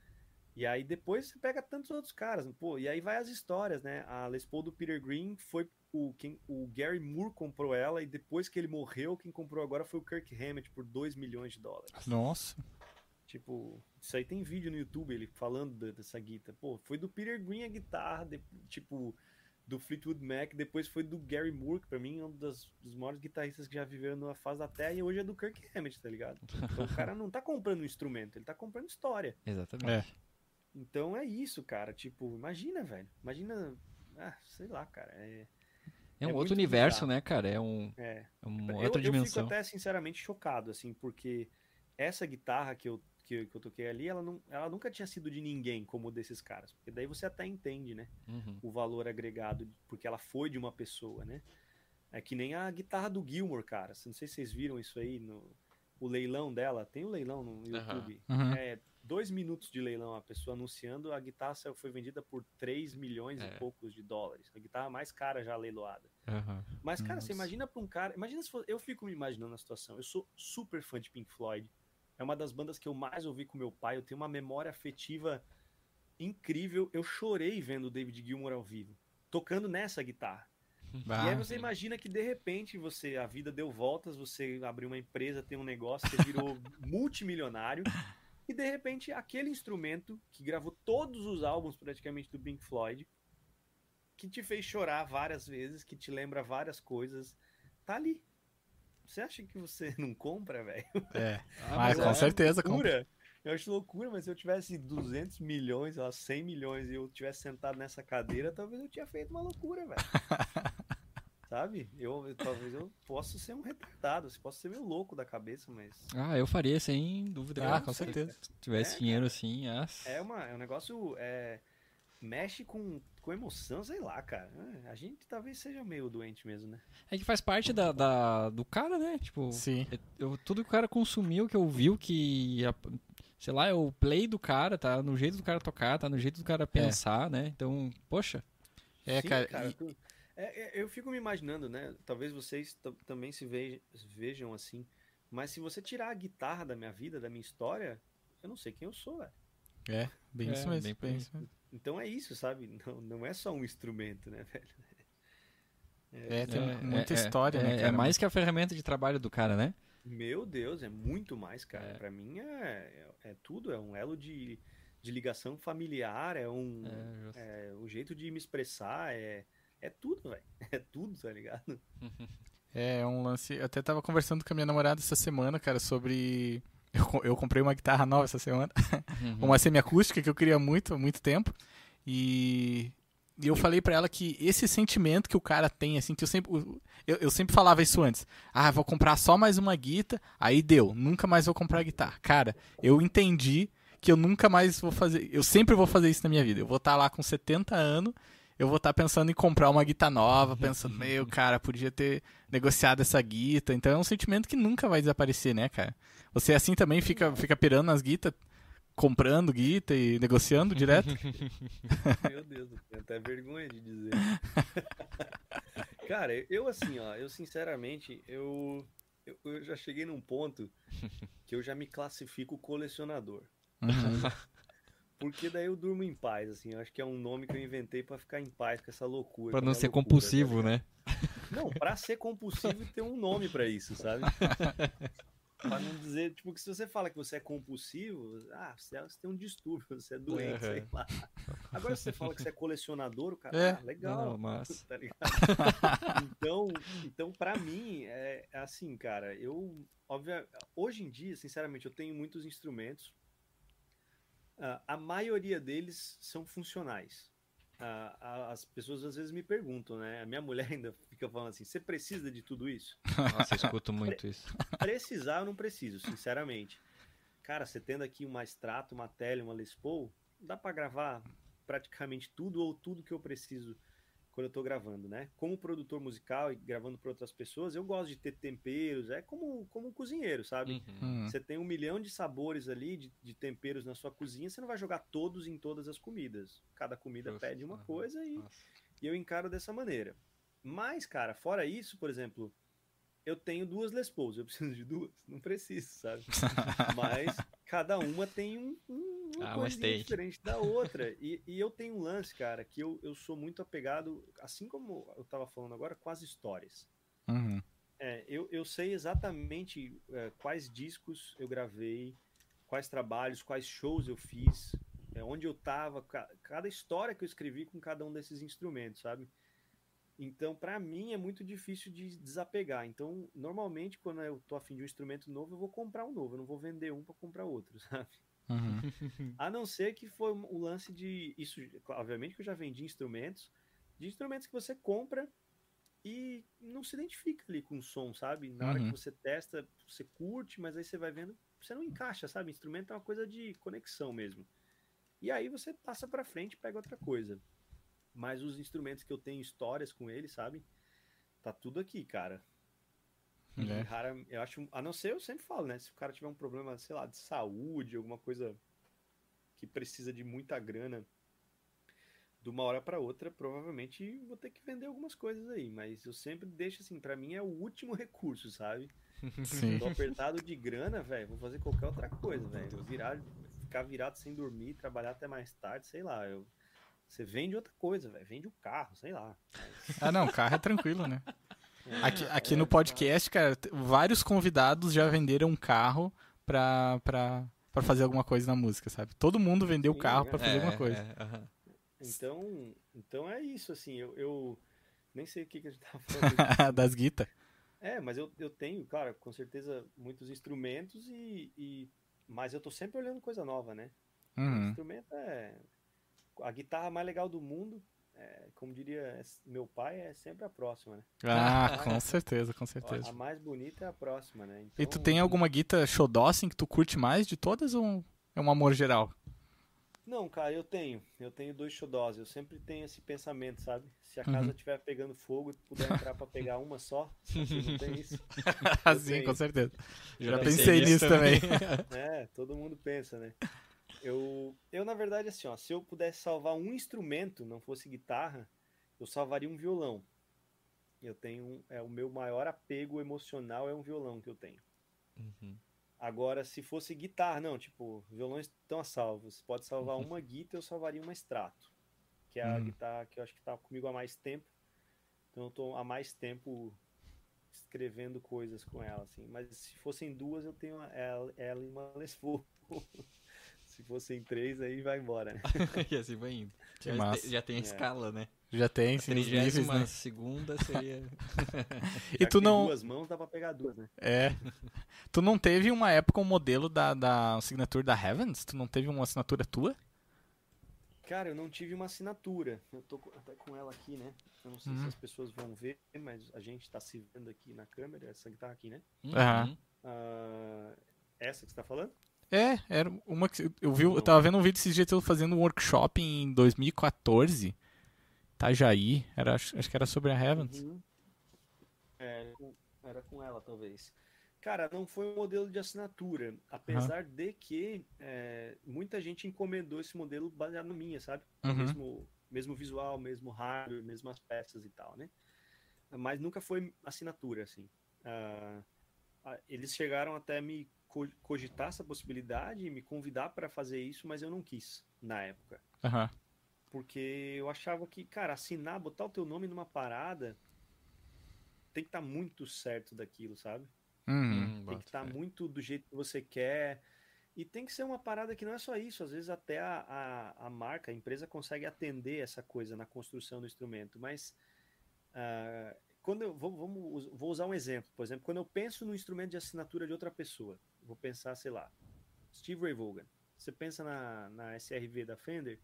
E aí depois você pega tantos outros caras, pô, e aí vai as histórias, né? A Les Paul do Peter Green foi o, quem, o Gary Moore comprou ela e depois que ele morreu, quem comprou agora foi o Kirk Hammett por dois milhões de dólares. Nossa. Tipo, isso aí tem vídeo no YouTube, ele falando da- dessa guitarra. Pô, foi do Peter Green a guitarra, de- tipo, do Fleetwood Mac, depois foi do Gary Moore, que pra mim é um dos, dos maiores guitarristas que já viveram na face da Terra, e hoje é do Kirk Hammett, tá ligado? Então o cara não tá comprando um instrumento, ele tá comprando história. Exatamente. É. Então é isso, cara. Tipo, imagina, velho. Imagina. Ah, sei lá, cara. É. É um É outro muito universo, bizarro. né, cara? É, um, é. é uma Eu, outra eu fico dimensão. até sinceramente chocado, assim, porque essa guitarra que eu, que, eu- que eu toquei ali, ela, não, ela nunca tinha sido de ninguém como desses caras. Porque daí você até entende, né? Uhum. O valor agregado, porque ela foi de uma pessoa, né? É que nem a guitarra do Gilmour, cara. Não sei se vocês viram isso aí no o leilão dela. Tem o leilão no YouTube. Uhum. É dois minutos de leilão, a pessoa anunciando, a guitarra saiu- foi vendida por três milhões É. e poucos de dólares. A guitarra mais cara já leiloada. Uhum. Mas, cara, Nossa. você imagina pra um cara. Imagina se fosse. Eu fico me imaginando a situação. Eu sou super fã de Pink Floyd. É uma das bandas que eu mais ouvi com meu pai. Eu tenho uma memória afetiva incrível. Eu chorei vendo o David Gilmour ao vivo, tocando nessa guitarra. E aí Ah, você imagina que de repente você, a vida deu voltas, você abriu uma empresa, tem um negócio, você virou multimilionário, e de repente aquele instrumento que gravou todos os álbuns praticamente do Pink Floyd, que te fez chorar várias vezes, que te lembra várias coisas, tá ali. Você acha que você não compra, velho? é. Ah, Ah, mas com é- certeza. Com... Loucura. Eu acho loucura, mas se eu tivesse duzentos milhões, ó, cem milhões e eu tivesse sentado nessa cadeira, talvez eu tinha feito uma loucura, velho. Sabe? Eu, eu- talvez eu possa ser um retardado, eu posso ser meio louco da cabeça, mas Ah, eu faria, sem dúvida. Ah, cara. com Se certeza. tivesse É, dinheiro assim, ah, é, uma, é um negócio. É, mexe com, com emoção, sei lá, cara. É, a gente talvez seja meio doente mesmo, né? é que faz parte da, da- do cara, né? Tipo, Sim. eu, tudo que o cara consumiu, que ouviu, que, a- sei lá, é o play do cara, tá no jeito do cara tocar, tá no jeito do cara pensar, né? Então, poxa, É, Sim, cara, e- tu- é, é, eu fico me imaginando, né? Talvez vocês t- também se vejam, vejam assim. Mas se você tirar a guitarra da minha vida, da minha história, eu não sei quem eu sou, velho. É, bem É, isso mesmo. bem por bem aí. isso mesmo. Então é isso, sabe? Não, não é só um instrumento, né, velho? É, tem é, muita é, história, é, né, é cara? mais que a ferramenta de trabalho do cara, né? Meu Deus, é muito mais, cara. É. Pra mim é, é, é tudo, é um elo de, de ligação familiar, é um É, justo. é o jeito de me expressar, é, é tudo, velho. É tudo, tá ligado? É um lance. Eu até tava conversando com a minha namorada essa semana, cara, sobre. Eu, co- eu comprei uma guitarra nova essa semana, Uhum. uma semiacústica que eu queria muito, há muito tempo. E, e eu falei pra ela que esse sentimento que o cara tem, assim, que eu sempre. Eu, eu sempre falava isso antes. Ah, vou comprar só mais uma guitarra, aí deu, nunca mais vou comprar guitarra. Cara, eu entendi que eu nunca mais vou fazer. Eu sempre vou fazer isso na minha vida. Eu vou estar lá com setenta anos. Eu vou estar pensando em comprar uma guitarra nova, pensando, meu, cara, podia ter negociado essa guitarra. Então é um sentimento que nunca vai desaparecer, né, cara? Você assim também fica, fica pirando nas guitarras, comprando guitarra e negociando direto? Meu Deus, eu tenho até vergonha de dizer. Cara, eu assim, ó, eu sinceramente, eu, eu, eu já cheguei num ponto que eu já me classifico colecionador. Uhum. Porque daí eu durmo em paz, assim. Eu acho que é um nome que eu inventei pra ficar em paz com essa loucura. Pra com a não minha ser loucura, compulsivo, tá ligado? né? Não, pra ser compulsivo tem um nome pra isso, sabe? Pra não dizer, tipo, que se você fala que você é compulsivo, ah, você, é- você tem um distúrbio, você é doente, sei Aham. lá. Agora se você fala que você é colecionador, o cara, É. ah, legal, Não, mas... tá ligado? Então, então para mim, é, é assim, cara, eu, óbvio, hoje em dia, sinceramente, eu tenho muitos instrumentos. Ah, a maioria deles são funcionais. Ah, a- as pessoas às vezes me perguntam, né? A minha mulher ainda fica falando assim: você precisa de tudo isso? Nossa, eu escuto muito isso. Precisar, eu não preciso, sinceramente. Cara, você tendo aqui uma Strato, uma Tele, uma Les Paul, dá pra gravar praticamente tudo ou tudo que eu preciso quando eu tô gravando, né? Como produtor musical e gravando para outras pessoas, eu gosto de ter temperos, é como, como um cozinheiro, sabe? Uhum. Uhum. Você tem um milhão de sabores ali, de, de temperos na sua cozinha, você não vai jogar todos em todas as comidas. Cada comida Justo. pede uma Aham. coisa e, Nossa. e eu encaro dessa maneira. Mas, cara, fora isso, por exemplo, eu tenho duas Les Pauls, eu preciso de duas? Não preciso, sabe? Mas cada uma tem um, um- uma Ah, mas coisinha tem. diferente da outra. E, e eu tenho um lance, cara, que eu, eu sou muito apegado, assim como eu tava falando agora, com as histórias. Uhum. É, eu, eu sei exatamente é, quais discos eu gravei, quais trabalhos, quais shows eu fiz, é, onde eu tava, ca- cada história que eu escrevi com cada um desses instrumentos, sabe? Então, pra mim, é muito difícil de desapegar. Então, normalmente, quando eu tô afim de um instrumento novo, eu vou comprar um novo. Eu não vou vender um pra comprar outro, sabe? Uhum. A não ser que foi o lance de... Isso, obviamente que eu já vendi instrumentos. De instrumentos que você compra e não se identifica ali com o som, sabe? Na hora que Uhum. você testa, você curte, mas aí você vai vendo, você não encaixa, sabe? Instrumento é uma coisa de conexão mesmo. E aí você passa pra frente e pega outra coisa. Mas os instrumentos que eu tenho histórias com eles, sabe? Tá tudo aqui, cara. E É. rara, eu acho, a não ser, eu sempre falo, né? Se o cara tiver um problema, sei lá, de saúde, alguma coisa que precisa de muita grana de uma hora pra outra, provavelmente vou ter que vender algumas coisas aí, mas eu sempre deixo assim, pra mim é o último recurso, sabe? Sim. Tô apertado de grana, velho, vou fazer qualquer outra coisa, velho. Virar, ficar virado sem dormir, trabalhar até mais tarde, sei lá, eu você vende outra coisa, velho, vende o carro, sei lá. Mas, Ah, não, carro é tranquilo, né? é, Aqui, aqui é, no podcast, cara, t- vários convidados já venderam um carro pra, pra, pra fazer alguma coisa na música, sabe? Todo mundo vendeu o sim, carro é. pra fazer alguma coisa. É, aham. Então, então é isso, assim, eu, eu nem sei o que, que a gente tava falando disso. Das guitas. É, mas eu, eu tenho, claro, com certeza, muitos instrumentos e, e... Mas eu tô sempre olhando coisa nova, né? O Uhum. instrumento é... A guitarra mais legal do mundo, é, como diria é- meu pai, é sempre a próxima, né? Ah, com certeza, com A certeza. mais bonita é a próxima, né? E tu Então, tem alguma guita xodó, assim, que tu curte mais de todas ou é um amor geral? não, cara, eu tenho. Eu tenho dois xodós. Eu sempre tenho esse pensamento, sabe? Se a Uhum. casa estiver pegando fogo e puder entrar pra pegar uma só, vocês não tem isso? Eu Sim, tenho. com certeza. Eu Já também. pensei nisso também. É, todo mundo pensa, né? Eu, eu, na verdade, assim, ó, se eu pudesse salvar um instrumento, não fosse guitarra, eu salvaria um violão. Eu tenho, um- é o meu maior apego emocional é um violão que eu tenho. Uhum. Agora, se fosse guitarra, não, tipo, violões estão a salvo. Você pode salvar uma guitarra, eu salvaria uma Strato, que é a Hum. guitarra que eu acho que tá comigo há mais tempo. Então eu tô há mais tempo escrevendo coisas com ela, assim. Mas se fossem duas, eu tenho ela, ela e uma Les Paul. Se fossem três, aí vai embora, né? E assim vai indo. Que Já, massa. já tem a É. escala, né? Já tem, A sim, os níveis, trigésima né? segunda seria... E Já tu que tem não... duas mãos, dá pra pegar duas, né? É. Tu não teve uma época um modelo da, da assinatura da Heavens? Tu não teve uma assinatura tua? Cara, eu não tive uma assinatura. Eu tô com- até com ela aqui, né? Eu não sei Uhum. se as pessoas vão ver, mas a gente tá se vendo aqui na câmera. Essa guitarra aqui, né? Aham. Uhum. Ah, essa que você tá falando? É, era uma que eu vi, eu Não. tava vendo um vídeo esses dias eu fazendo um workshop em dois mil e quatorze, Itajaí, era, acho acho que era sobre a Heavens. Uhum. É, com- era com ela, talvez. Cara, não foi um modelo de assinatura, apesar de que é, muita gente encomendou esse modelo baseado no minha, sabe? O Uhum. Mesmo, mesmo visual, mesmo hardware, mesmas peças e tal, né? Mas nunca foi assinatura, assim. Ah, ah, eles chegaram até me co- cogitar essa possibilidade e me convidar para fazer isso, mas eu não quis na época. Aham. Porque eu achava que, cara, assinar, botar o teu nome numa parada tem que estar muito certo daquilo, sabe? Uhum. Hum, Tem que boto estar fé. muito do jeito que você quer. E tem que ser uma parada que não é só isso. Às vezes até a, a, a marca, a empresa consegue atender essa coisa na construção do instrumento. Mas ah, quando eu vou, vamos, vou usar um exemplo. Por exemplo, quando eu penso no instrumento de assinatura de outra pessoa, vou pensar, sei lá, Steve Ray Vaughan. Você pensa na, na S R V da Fender.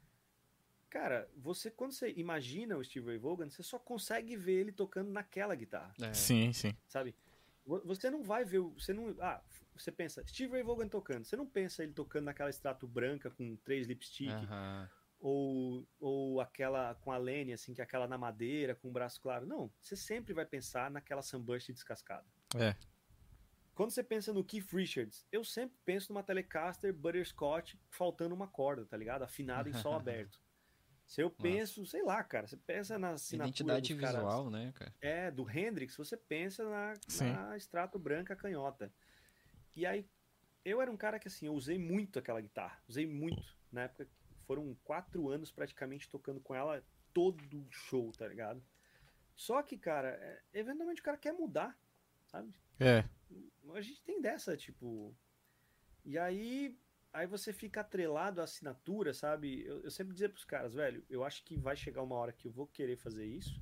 Cara, você quando você imagina o Steve Ray Vaughan, você só consegue ver ele tocando naquela guitarra, É. Sim, sim. sabe? Vo- Você não vai ver, o- você não, ah, você pensa Steve Ray Vaughan tocando, você não pensa ele tocando naquela extrato branca com três lipstick Aham. ou, ou aquela com a Lenny assim, que é aquela na madeira com o braço claro. Não, você sempre vai pensar naquela sunburst descascada. É. Quando você pensa no Keith Richards, eu sempre penso numa Telecaster Butterscotch faltando uma corda, tá ligado? Afinada em sol aberto. Se eu penso, sei lá, cara, você pensa na assinatura Identidade dos caras, visual, né, cara? é, do Hendrix, você pensa na, Sim. na extrato branca canhota. E aí, eu era um cara que, assim, eu usei muito aquela guitarra, usei muito. Na época, foram quatro anos praticamente tocando com ela todo show, tá ligado? Só que, cara, é, eventualmente o cara quer mudar, sabe? É. A gente tem dessa, tipo. E aí, aí você fica atrelado à assinatura, sabe? Eu, eu sempre dizia pros caras, velho, eu acho que vai chegar uma hora que eu vou querer fazer isso,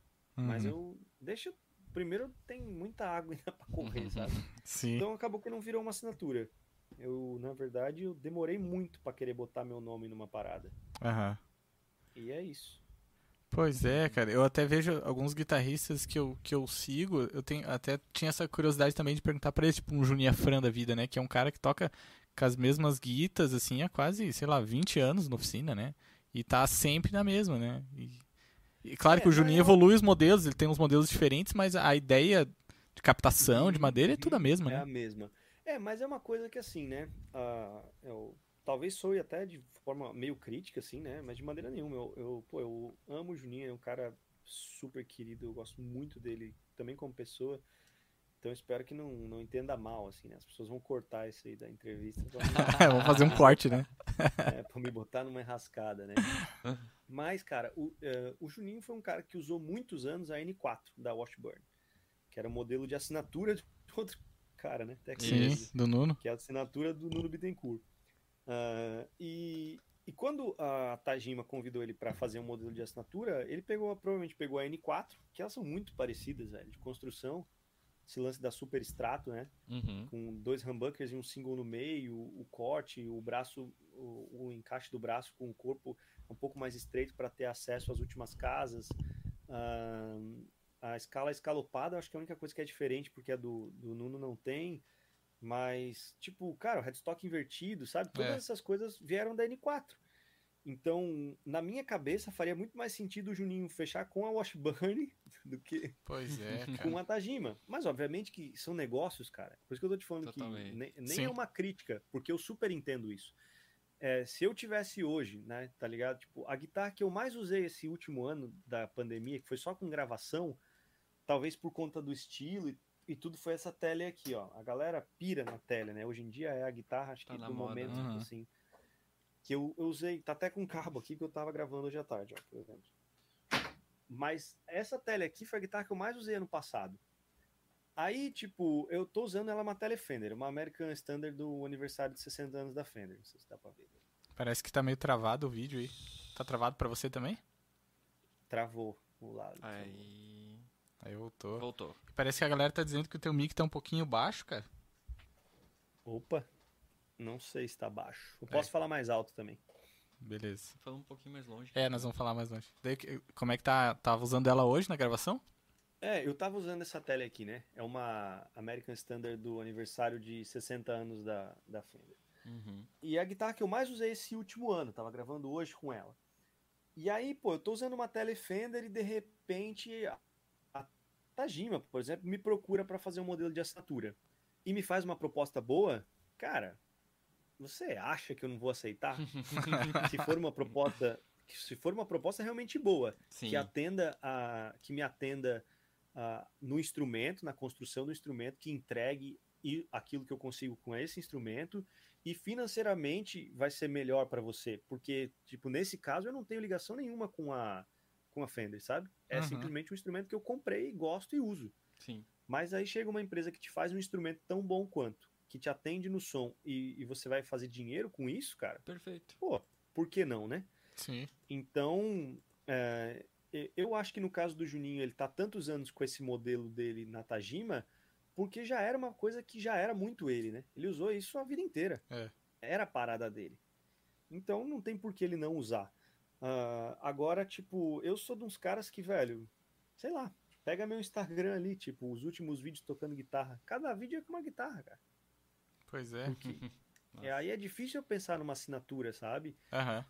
mas Uhum. eu. Deixa. Primeiro tem muita água ainda pra correr, sabe? Sim. Então acabou que não virou uma assinatura. Eu, na verdade, eu demorei muito pra querer botar meu nome numa parada. Aham. E é isso. Pois é, cara. Eu até vejo alguns guitarristas que eu, que eu sigo. Eu tenho, até tinha essa curiosidade também de perguntar pra eles, tipo um Juninho Afran da vida, né? Que é um cara que toca com as mesmas guitas, assim, há quase, sei lá, vinte anos na oficina, né? E tá sempre na mesma, né? E, e claro É, que o na Juninho real- evolui os modelos, ele tem uns modelos diferentes, mas a ideia de captação de madeira é tudo a mesma, É né? a mesma. É, mas é uma coisa que assim, né? ah, eu, talvez soe até de forma meio crítica, assim, né? Mas de maneira nenhuma. Eu, eu, pô, eu amo o Juninho, é um cara super querido, eu gosto muito dele também como pessoa. Então eu espero que não, não entenda mal, assim, né? As pessoas vão cortar isso aí da entrevista pra me, Vamos fazer um corte, né? é, pra me botar numa enrascada, né? Mas, cara, o, eh, o Juninho foi um cara que usou muitos anos a N quatro da Washburn, que era o modelo de assinatura de outro cara, né? Tex Sim, Williams, do Nuno. que é a assinatura do Nuno Bittencourt. Ah, e, e quando a Tajima convidou ele para fazer um modelo de assinatura, ele pegou, provavelmente pegou a N quatro, que elas são muito parecidas, velho, de construção. Esse lance da super extrato, né? Uhum. Com dois humbuckers e um single no meio, o corte, o braço, o, o encaixe do braço com o corpo um pouco mais estreito para ter acesso às últimas casas. Ah, a escala escalopada, eu acho que é a única coisa que é diferente, porque a do, do Nuno não tem. Mas, tipo, cara, o headstock invertido, sabe? Todas É. essas coisas vieram da N quatro. Então, na minha cabeça, faria muito mais sentido o Juninho fechar com a Washburn do que Pois é, com a Tajima. Mas, obviamente, que são negócios, cara. Por isso que eu tô te falando Totalmente. que nem, nem Sim. é uma crítica, porque eu super entendo isso. É, se eu tivesse hoje, né, tá ligado? Tipo, a guitarra que eu mais usei esse último ano da pandemia, que foi só com gravação, talvez por conta do estilo e, e tudo, foi essa tele aqui, ó. A galera pira na tele, né? Hoje em dia é a guitarra, acho Tá que na do moda, momento, uhum. assim. Que eu, eu usei, tá até com cabo aqui que eu tava gravando hoje à tarde, ó, por exemplo. Mas essa tele aqui foi a guitarra que eu mais usei ano passado. Aí, tipo, eu tô usando ela uma Telefender, uma American Standard do aniversário de sessenta anos da Fender. Não sei se dá pra ver. Parece que tá meio travado o vídeo aí. Tá travado pra você também? Travou o lado. Aí. Aí voltou. Voltou. Parece que a galera tá dizendo que o teu mic tá um pouquinho baixo, cara. Opa, não sei se tá baixo. Eu É. posso falar mais alto também. Beleza. Falando um pouquinho mais longe. É, nós vamos falar mais longe. Daí, que- como é que tá? Tava usando ela hoje na gravação? É, eu tava usando essa tele aqui, né? É uma American Standard do aniversário de sessenta anos da, da Fender. Uhum. E a guitarra que eu mais usei esse último ano, tava gravando hoje com ela. E aí, pô, eu tô usando uma tele Fender e de repente a, a Tajima, por exemplo, me procura pra fazer um modelo de assinatura. E me faz uma proposta boa, cara, você acha que eu não vou aceitar? Se for uma proposta, se for uma proposta realmente boa, Sim. que atenda a, que me atenda a, no instrumento, na construção do instrumento, que entregue e aquilo que eu consigo com esse instrumento e financeiramente vai ser melhor para você, porque tipo nesse caso eu não tenho ligação nenhuma com a com a Fender, sabe? É Uhum. simplesmente um instrumento que eu comprei, gosto e uso. Sim. Mas aí chega uma empresa que te faz um instrumento tão bom quanto, que te atende no som e, e você vai fazer dinheiro com isso, cara? Perfeito. Pô, por que não, né? Sim. Então, é, eu acho que no caso do Juninho, ele tá tantos anos com esse modelo dele na Tajima, porque já era uma coisa que já era muito ele, né? Ele usou isso a vida inteira. É. Era a parada dele. Então não tem por que ele não usar. Ah, agora, tipo, eu sou de uns caras que, velho, sei lá, pega meu Instagram ali, tipo, os últimos vídeos tocando guitarra. Cada vídeo é com uma guitarra, cara. Pois é. E aí é difícil eu pensar numa assinatura, sabe? Aham.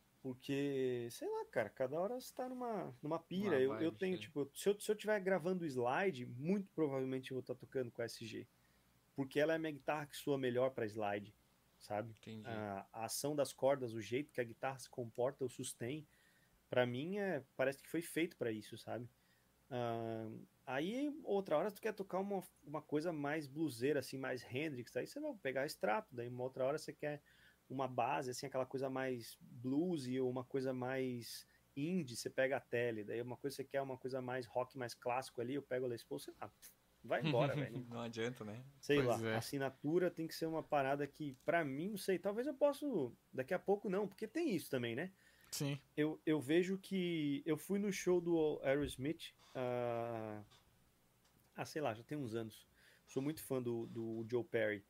Porque, sei lá, cara, cada hora você tá numa, numa pira. Uma Eu, vibe, eu tenho, sim. tipo, se eu, se eu tiver gravando slide, muito provavelmente eu vou estar tocando com a S G. Porque ela é a minha guitarra que soa melhor pra slide, sabe? Entendi. A, a ação das cordas, o jeito que a guitarra se comporta, o sustain, pra mim é, parece que foi feito pra isso, sabe? Ah, aí, outra hora, tu quer tocar uma, uma coisa mais bluseira, assim, mais Hendrix, aí você vai pegar Strato, daí uma outra hora você quer uma base, assim, aquela coisa mais bluesy ou uma coisa mais indie, você pega a Tele, daí uma coisa você quer uma coisa mais rock, mais clássico ali, eu pego a Les Paul, sei lá, vai embora, velho. Não adianta, né? Sei Pois lá, é. a assinatura tem que ser uma parada que, pra mim, não sei, talvez eu possa, daqui a pouco não, porque tem isso também, né? Sim. Eu, eu vejo que eu fui no show do Aerosmith, ah, ah, sei lá, já tem uns anos. Sou muito fã do, do Joe Perry.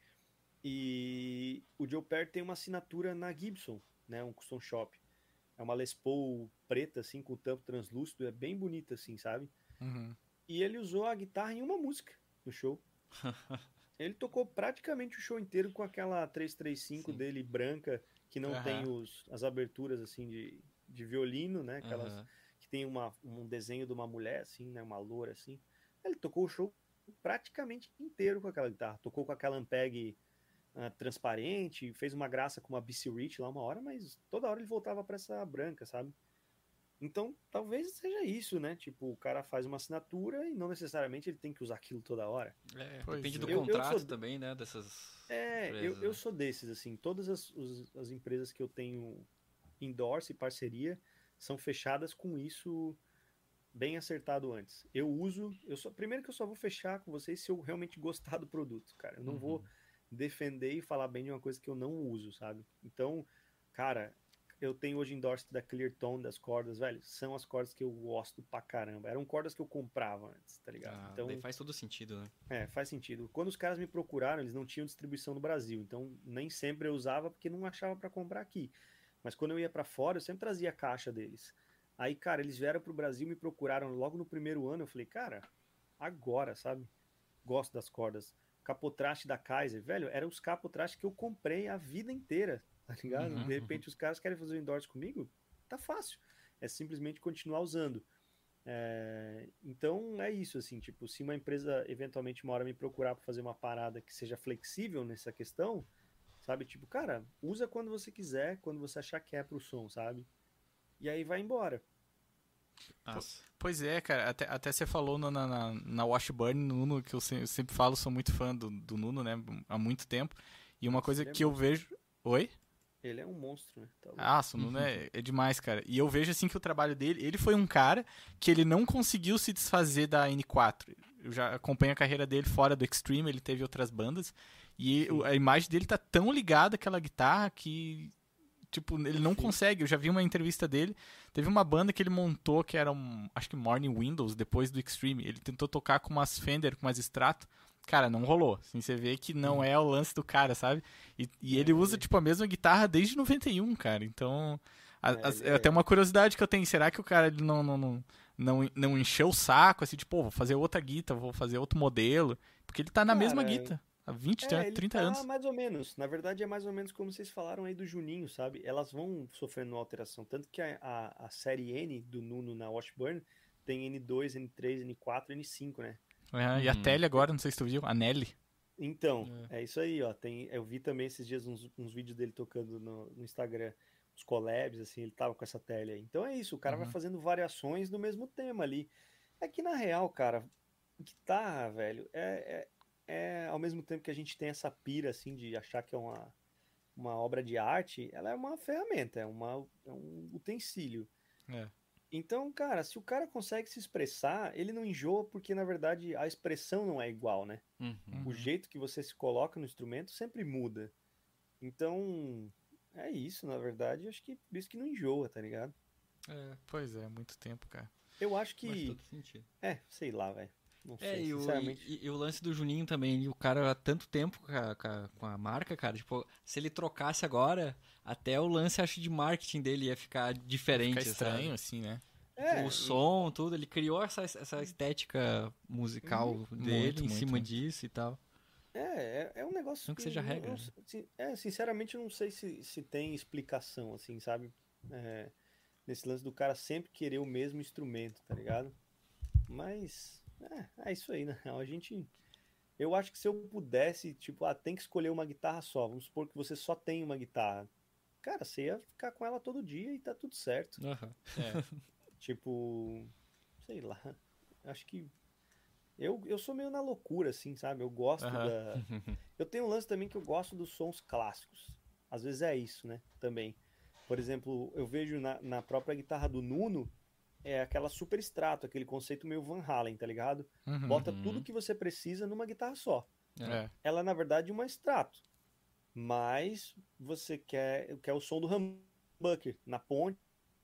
E o Joe Perry tem uma assinatura na Gibson, né, um custom shop. É uma Les Paul preta, assim, com tampo translúcido, é bem bonita, assim, sabe? Uhum. E ele usou a guitarra em uma música no show. Ele tocou praticamente o show inteiro com aquela trezentos e trinta e cinco Sim. dele branca, que não Aham. tem os, as aberturas assim de, de violino, né? Aquelas Aham. que tem uma, um desenho de uma mulher, assim, né? Uma loura, assim. Ele tocou o show praticamente inteiro com aquela guitarra. Tocou com aquela Ampeg ah, transparente, fez uma graça com uma B C Rich lá uma hora, mas toda hora ele voltava pra essa branca, sabe? Então, talvez seja isso, né? Tipo, o cara faz uma assinatura e não necessariamente ele tem que usar aquilo toda hora. É, Pois depende é. do Eu- eu contrato sou- também, né? Dessas. É, eu, empresas, eu né? sou desses, assim. Todas as, os- as empresas que eu tenho endorse e parceria são fechadas com isso bem acertado antes. Eu uso, eu só, primeiro que eu só vou fechar com vocês se eu realmente gostar do produto, cara. Eu não vou Uhum. defender e falar bem de uma coisa que eu não uso, sabe? Então, cara, eu tenho hoje endorse da Clear Tone das cordas, velho. São as cordas que eu gosto pra caramba. Eram cordas que eu comprava antes, tá ligado? Ah, então, daí faz todo sentido, né? é, faz sentido. Quando os caras me procuraram, eles não tinham distribuição no Brasil, então nem sempre eu usava porque não achava pra comprar aqui. Mas quando eu ia pra fora, eu sempre trazia a caixa deles. Aí, cara, eles vieram pro Brasil, me procuraram logo no primeiro ano, eu falei, cara, agora, sabe? Gosto das cordas. Capotraste da Kaiser, velho, eram os capotrastes que eu comprei a vida inteira, tá ligado? Uhum. De repente os caras querem fazer o endorse comigo, tá fácil. É simplesmente continuar usando. É, então é isso, assim, tipo, se uma empresa eventualmente uma hora me procurar para fazer uma parada que seja flexível nessa questão, sabe? Tipo, cara, usa quando você quiser, quando você achar que é pro som, sabe? E aí vai embora. Nossa. Pois é, cara, até, até você falou no- na, na, na Washburn, no Nuno, que eu, se- eu sempre falo, sou muito fã do, do Nuno, né, há muito tempo. E uma coisa Ele é que eu monstro. vejo... Oi? Ele é um monstro, né? Tá louco. Ah, o Nuno é, é demais, cara. E eu vejo, assim, que o trabalho dele... Ele foi um cara que ele não conseguiu se desfazer da N quatro. eu já acompanho a carreira dele fora do Extreme, ele teve outras bandas, e o- a imagem dele tá tão ligada àquela guitarra que, tipo, ele não Sim. consegue. Eu já vi uma entrevista dele, teve uma banda que ele montou que era, um, acho que Morning Windows, depois do Extreme, ele tentou tocar com umas Fender, com umas Strato, cara, não rolou. Assim, você vê que não é o lance do cara, sabe? E, e ele usa, tipo, a mesma guitarra desde noventa e um, cara. Então, a- É, as- ele é é- até uma curiosidade que eu tenho. Será que o cara ele não, não, não, não, não encheu o saco, assim, tipo, pô, vou fazer outra guitarra, vou fazer outro modelo? Porque ele tá na mesma Cara, guitarra há vinte, É, ele trinta tá anos. mais ou menos. Na verdade, é mais ou menos como vocês falaram aí do Juninho, sabe? Elas vão sofrendo alteração. Tanto que a, a, a série N do Nuno na Washburn tem N dois, N três, N quatro, N cinco, né? É, e a Uhum. Tele agora, não sei se tu viu, a Nelly. Então, é, isso aí, ó. Tem, eu vi também esses dias uns, uns vídeos dele tocando no, no Instagram, os collabs, assim, ele tava com essa tele aí. Então é isso, o cara vai Uhum. fazendo variações do mesmo tema ali. É que na real, cara, guitarra, velho, é, é, é ao mesmo tempo que a gente tem essa pira, assim, de achar que é uma, uma obra de arte, ela é uma ferramenta, é, uma, é um utensílio. É. Então, cara, se o cara consegue se expressar, ele não enjoa porque, na verdade, a expressão não é igual, né? Uhum. Uhum. O jeito que você se coloca no instrumento sempre muda. Então, é isso, na verdade. Acho que por isso que não enjoa, tá ligado? É, Pois é, muito tempo, cara. Eu acho faz que. todo sentido. É, sei lá, velho. Não É, sei, e o, sinceramente. e- e o lance do Juninho também, e o cara há tanto tempo com a, com a- com a marca, cara, tipo, se ele trocasse agora, até o lance, acho, de marketing dele ia ficar diferente, Fica estranho, sabe? assim, né? É, O som, tudo, ele criou essa, essa estética musical dele Muito, em muito, cima muito. disso e tal. É, é, é um negócio Não que seja eu- regra, eu- né? sin- é, sinceramente, eu não sei se, se tem explicação, assim, sabe? É, nesse lance do cara sempre querer o mesmo instrumento, tá ligado? Mas, é, é isso aí, na real. A gente. Eu acho que se eu pudesse, tipo, ah, tem que escolher uma guitarra só. Vamos supor que você só tem uma guitarra. Cara, você ia ficar com ela todo dia e tá tudo certo. Aham. É. Tipo, sei lá. Acho que. Eu, eu sou meio na loucura, assim, sabe? Eu gosto Aham. da. Eu tenho um lance também que eu gosto dos sons clássicos. Às vezes é isso, né? Também. Por exemplo, eu vejo na, na própria guitarra do Nuno, é aquela super extrato, aquele conceito meio Van Halen, tá ligado? Uhum. Bota Uhum. tudo que você precisa numa guitarra só. É. Ela é, na verdade, uma extrato. Mas você quer, quer o som do humbucker na ponte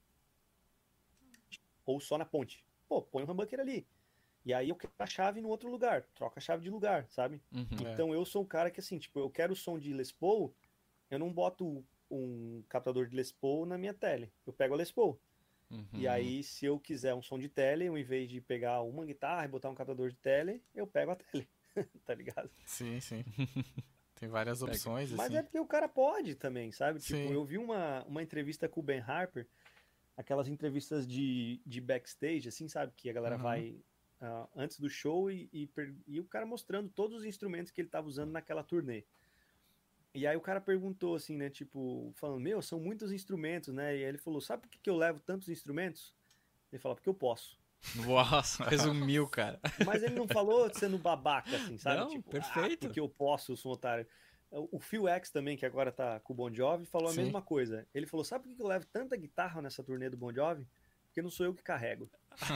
ou só na ponte. Pô, põe o humbucker ali. E aí eu quero a chave no outro lugar. Troca a chave de lugar, sabe? Uhum. É. Então eu sou um cara que, assim, tipo, eu quero o som de Les Paul, eu não boto um captador de Les Paul na minha tele. Eu pego a Les Paul. Uhum. E aí, se eu quiser um som de tele, eu, em vez de pegar uma guitarra e botar um captador de tele, eu pego a tele. Tá ligado? Sim, sim. Tem várias Pega. opções, Mas assim. é porque o cara pode também, sabe? Tipo, Sim. eu vi uma, uma entrevista com o Ben Harper, aquelas entrevistas de, de backstage, assim, sabe? Que a galera Uhum. vai ah, antes do show e, e, per- e o cara mostrando todos os instrumentos que ele tava usando naquela turnê. E aí o cara perguntou assim, né? Tipo, falando, meu, são muitos instrumentos, né? E aí ele falou, sabe por que, que eu levo tantos instrumentos? Ele falou, porque eu posso. Nossa, resumiu, cara. Mas ele não falou sendo babaca, assim, sabe? Não, tipo, perfeito. Ah, porque eu posso, eu sou um otário. O Phil X também, que agora tá com o Bon Jovi, falou a Sim. mesma coisa. Ele falou, sabe por que eu levo tanta guitarra nessa turnê do Bon Jovi? Porque não sou eu que carrego.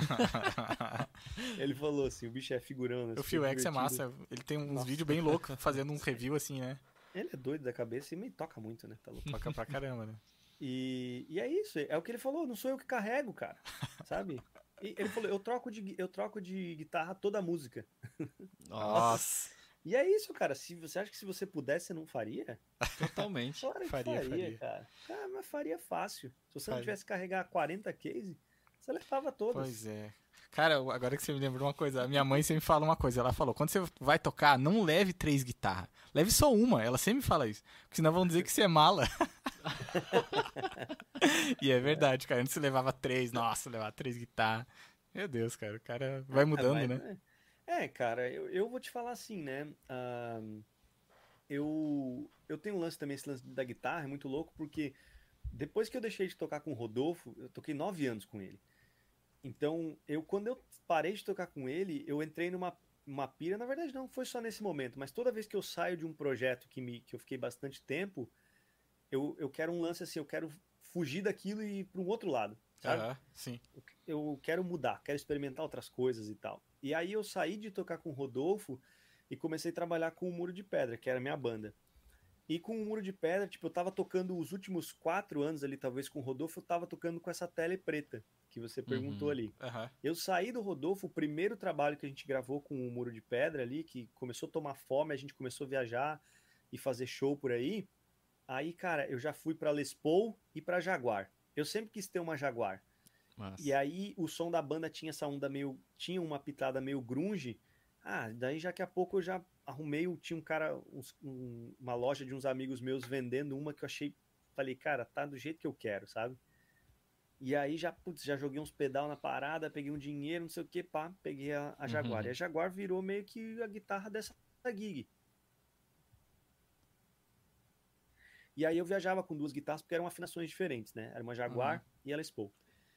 Ele falou assim, o bicho é figurão. né? O Phil Super X é divertido. massa. Ele tem uns Nossa. vídeos bem loucos fazendo uns reviews assim, né? Ele é doido da cabeça e me toca muito, né? Tá louco. Toca pra caramba, né? E, e é isso, é o que ele falou, não sou eu que carrego, cara, sabe? E ele falou, eu troco de, eu troco de guitarra toda a música. Nossa, E é isso, cara, se você acha que se você pudesse, você não faria? totalmente. Claro que Faria, faria, faria. cara. Cara, mas faria fácil. Se você não Faria. tivesse que carregar quarenta case, você levava todas. Pois é. Cara, agora que você me lembrou uma coisa, a minha mãe sempre fala uma coisa. Ela falou, quando você vai tocar, não leve três guitarras. Leve só uma. Ela sempre fala isso. Porque senão vão dizer que você é mala. E é verdade, cara. Antes você levava três. Nossa, levava três guitarras. Meu Deus, cara. O cara vai mudando, É, né? mas, É, cara, eu, eu vou te falar assim, né? Ahn, eu, eu tenho um lance também, esse lance da guitarra, é muito louco, porque depois que eu deixei de tocar com o Rodolfo, eu toquei nove anos com ele. Então, eu quando eu parei de tocar com ele, eu entrei numa uma pira, na verdade não foi só nesse momento, mas toda vez que eu saio de um projeto que, me, que eu fiquei bastante tempo, eu, eu quero um lance assim, eu quero fugir daquilo e ir para um outro lado. sabe? Aham, sim. Eu quero mudar, quero experimentar outras coisas e tal. E aí eu saí de tocar com o Rodolfo e comecei a trabalhar com o Muro de Pedra, que era a minha banda. E com o Muro de Pedra, tipo, eu tava tocando os últimos quatro anos ali, talvez com o Rodolfo, eu tava tocando com essa tele preta, que você perguntou Uhum. ali. Aham. Eu saí do Rodolfo, o primeiro trabalho que a gente gravou com o Muro de Pedra ali, que começou a tomar fome, a gente começou a viajar e fazer show por aí. Aí, cara, eu já fui pra Les Paul e pra Jaguar. Eu sempre quis ter uma Jaguar. Massa. E aí o som da banda tinha essa onda meio, tinha uma pitada meio grunge. Ah, daí já que a pouco eu já arrumei, tinha um cara, uns- um- uma loja de uns amigos meus vendendo uma que eu achei, falei, cara, tá do jeito que eu quero, sabe? E aí já, putz, já joguei uns pedal na parada, peguei um dinheiro, não sei o que, pá, peguei a, a Jaguar. Uhum. E a Jaguar virou meio que a guitarra dessa gig. E aí eu viajava com duas guitarras porque eram afinações diferentes, né? Era uma Jaguar Uhum. e a Les Paul.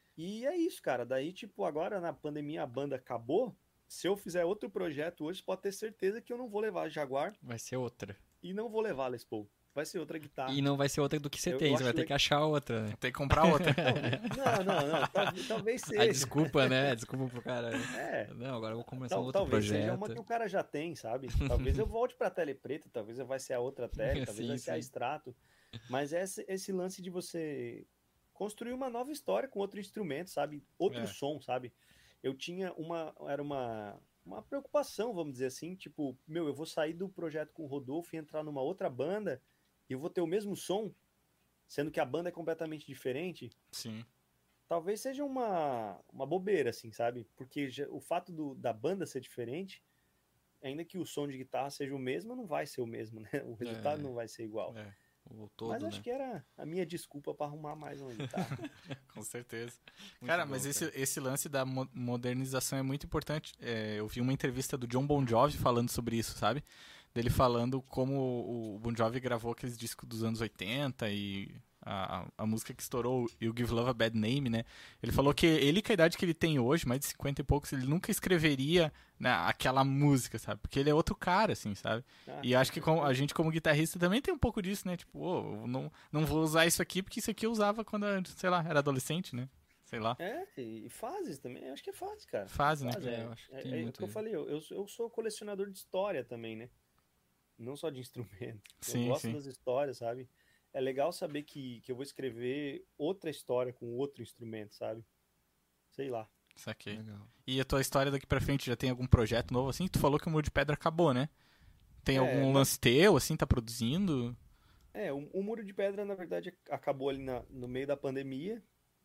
E é isso, cara. Daí, tipo, agora na pandemia a banda acabou. Se eu fizer outro projeto hoje, pode ter certeza que eu não vou levar a Jaguar Vai ser outra. e não vou levar a Les Paul. Vai ser outra guitarra. E não vai ser outra do que você Eu- tem, eu você vai acho ter le- que achar outra, né? Tem que comprar outra. Não, não, não. Talvez, talvez A seja. desculpa, né? A desculpa pro cara. É. Não, agora eu vou começar um Tal- outro talvez projeto. seja uma que o cara já tem, sabe? Talvez eu volte pra tele preta, talvez vai ser a outra tele, talvez Sim, vai ser a sim. extrato. Mas é esse, esse lance de você construir uma nova história com outro instrumento, sabe? Outro É. som, sabe? Eu tinha uma, era uma, uma preocupação, vamos dizer assim, tipo, meu, eu vou sair do projeto com o Rodolfo e entrar numa outra banda e eu vou ter o mesmo som, sendo que a banda é completamente diferente. Sim. Talvez seja uma, uma bobeira, assim, sabe? Porque já- o fato do- da banda ser diferente, ainda que o som de guitarra seja o mesmo, não vai ser o mesmo, né? O resultado É. não vai ser igual. É, O todo, Mas né? acho que era a minha desculpa pra arrumar mais uma guitarra. com certeza. Muito Cara, bom, mas esse, cara. esse lance da mo- modernização é muito importante. É, eu vi uma entrevista do John Bon Jovi falando sobre isso, sabe? Dele falando como o Bon Jovi gravou aqueles discos dos anos oitenta e a, a- a música que estourou, You Give Love a Bad Name, né? Ele falou que ele, com a idade que ele tem hoje, mais de cinquenta e poucos, ele nunca escreveria, né, aquela música, sabe? Porque ele é outro cara, assim, sabe? Ah, E acho que com- a gente, como guitarrista, também tem um pouco disso, né? Tipo, ô, eu não, não vou usar isso aqui porque isso aqui eu usava quando, eu, sei lá, era adolescente, né? Sei lá. É, e fases também, acho que é fase, cara. Fase, né? Fase, É, é, eu acho que é, tem é o muito que eu isso. falei, eu, eu sou- eu sou colecionador de história também, né? Não só de instrumento. Sim, eu gosto sim. das histórias, sabe? É legal saber que, que eu vou escrever outra história com outro instrumento, sabe? Sei lá. Saquei. Legal. E a tua história daqui pra frente já tem algum projeto novo assim? Tu falou que o Muro de Pedra acabou, né? Tem É, algum na- lance teu, assim, tá produzindo? É, o, o Muro de Pedra, na verdade, acabou ali na- no meio da pandemia.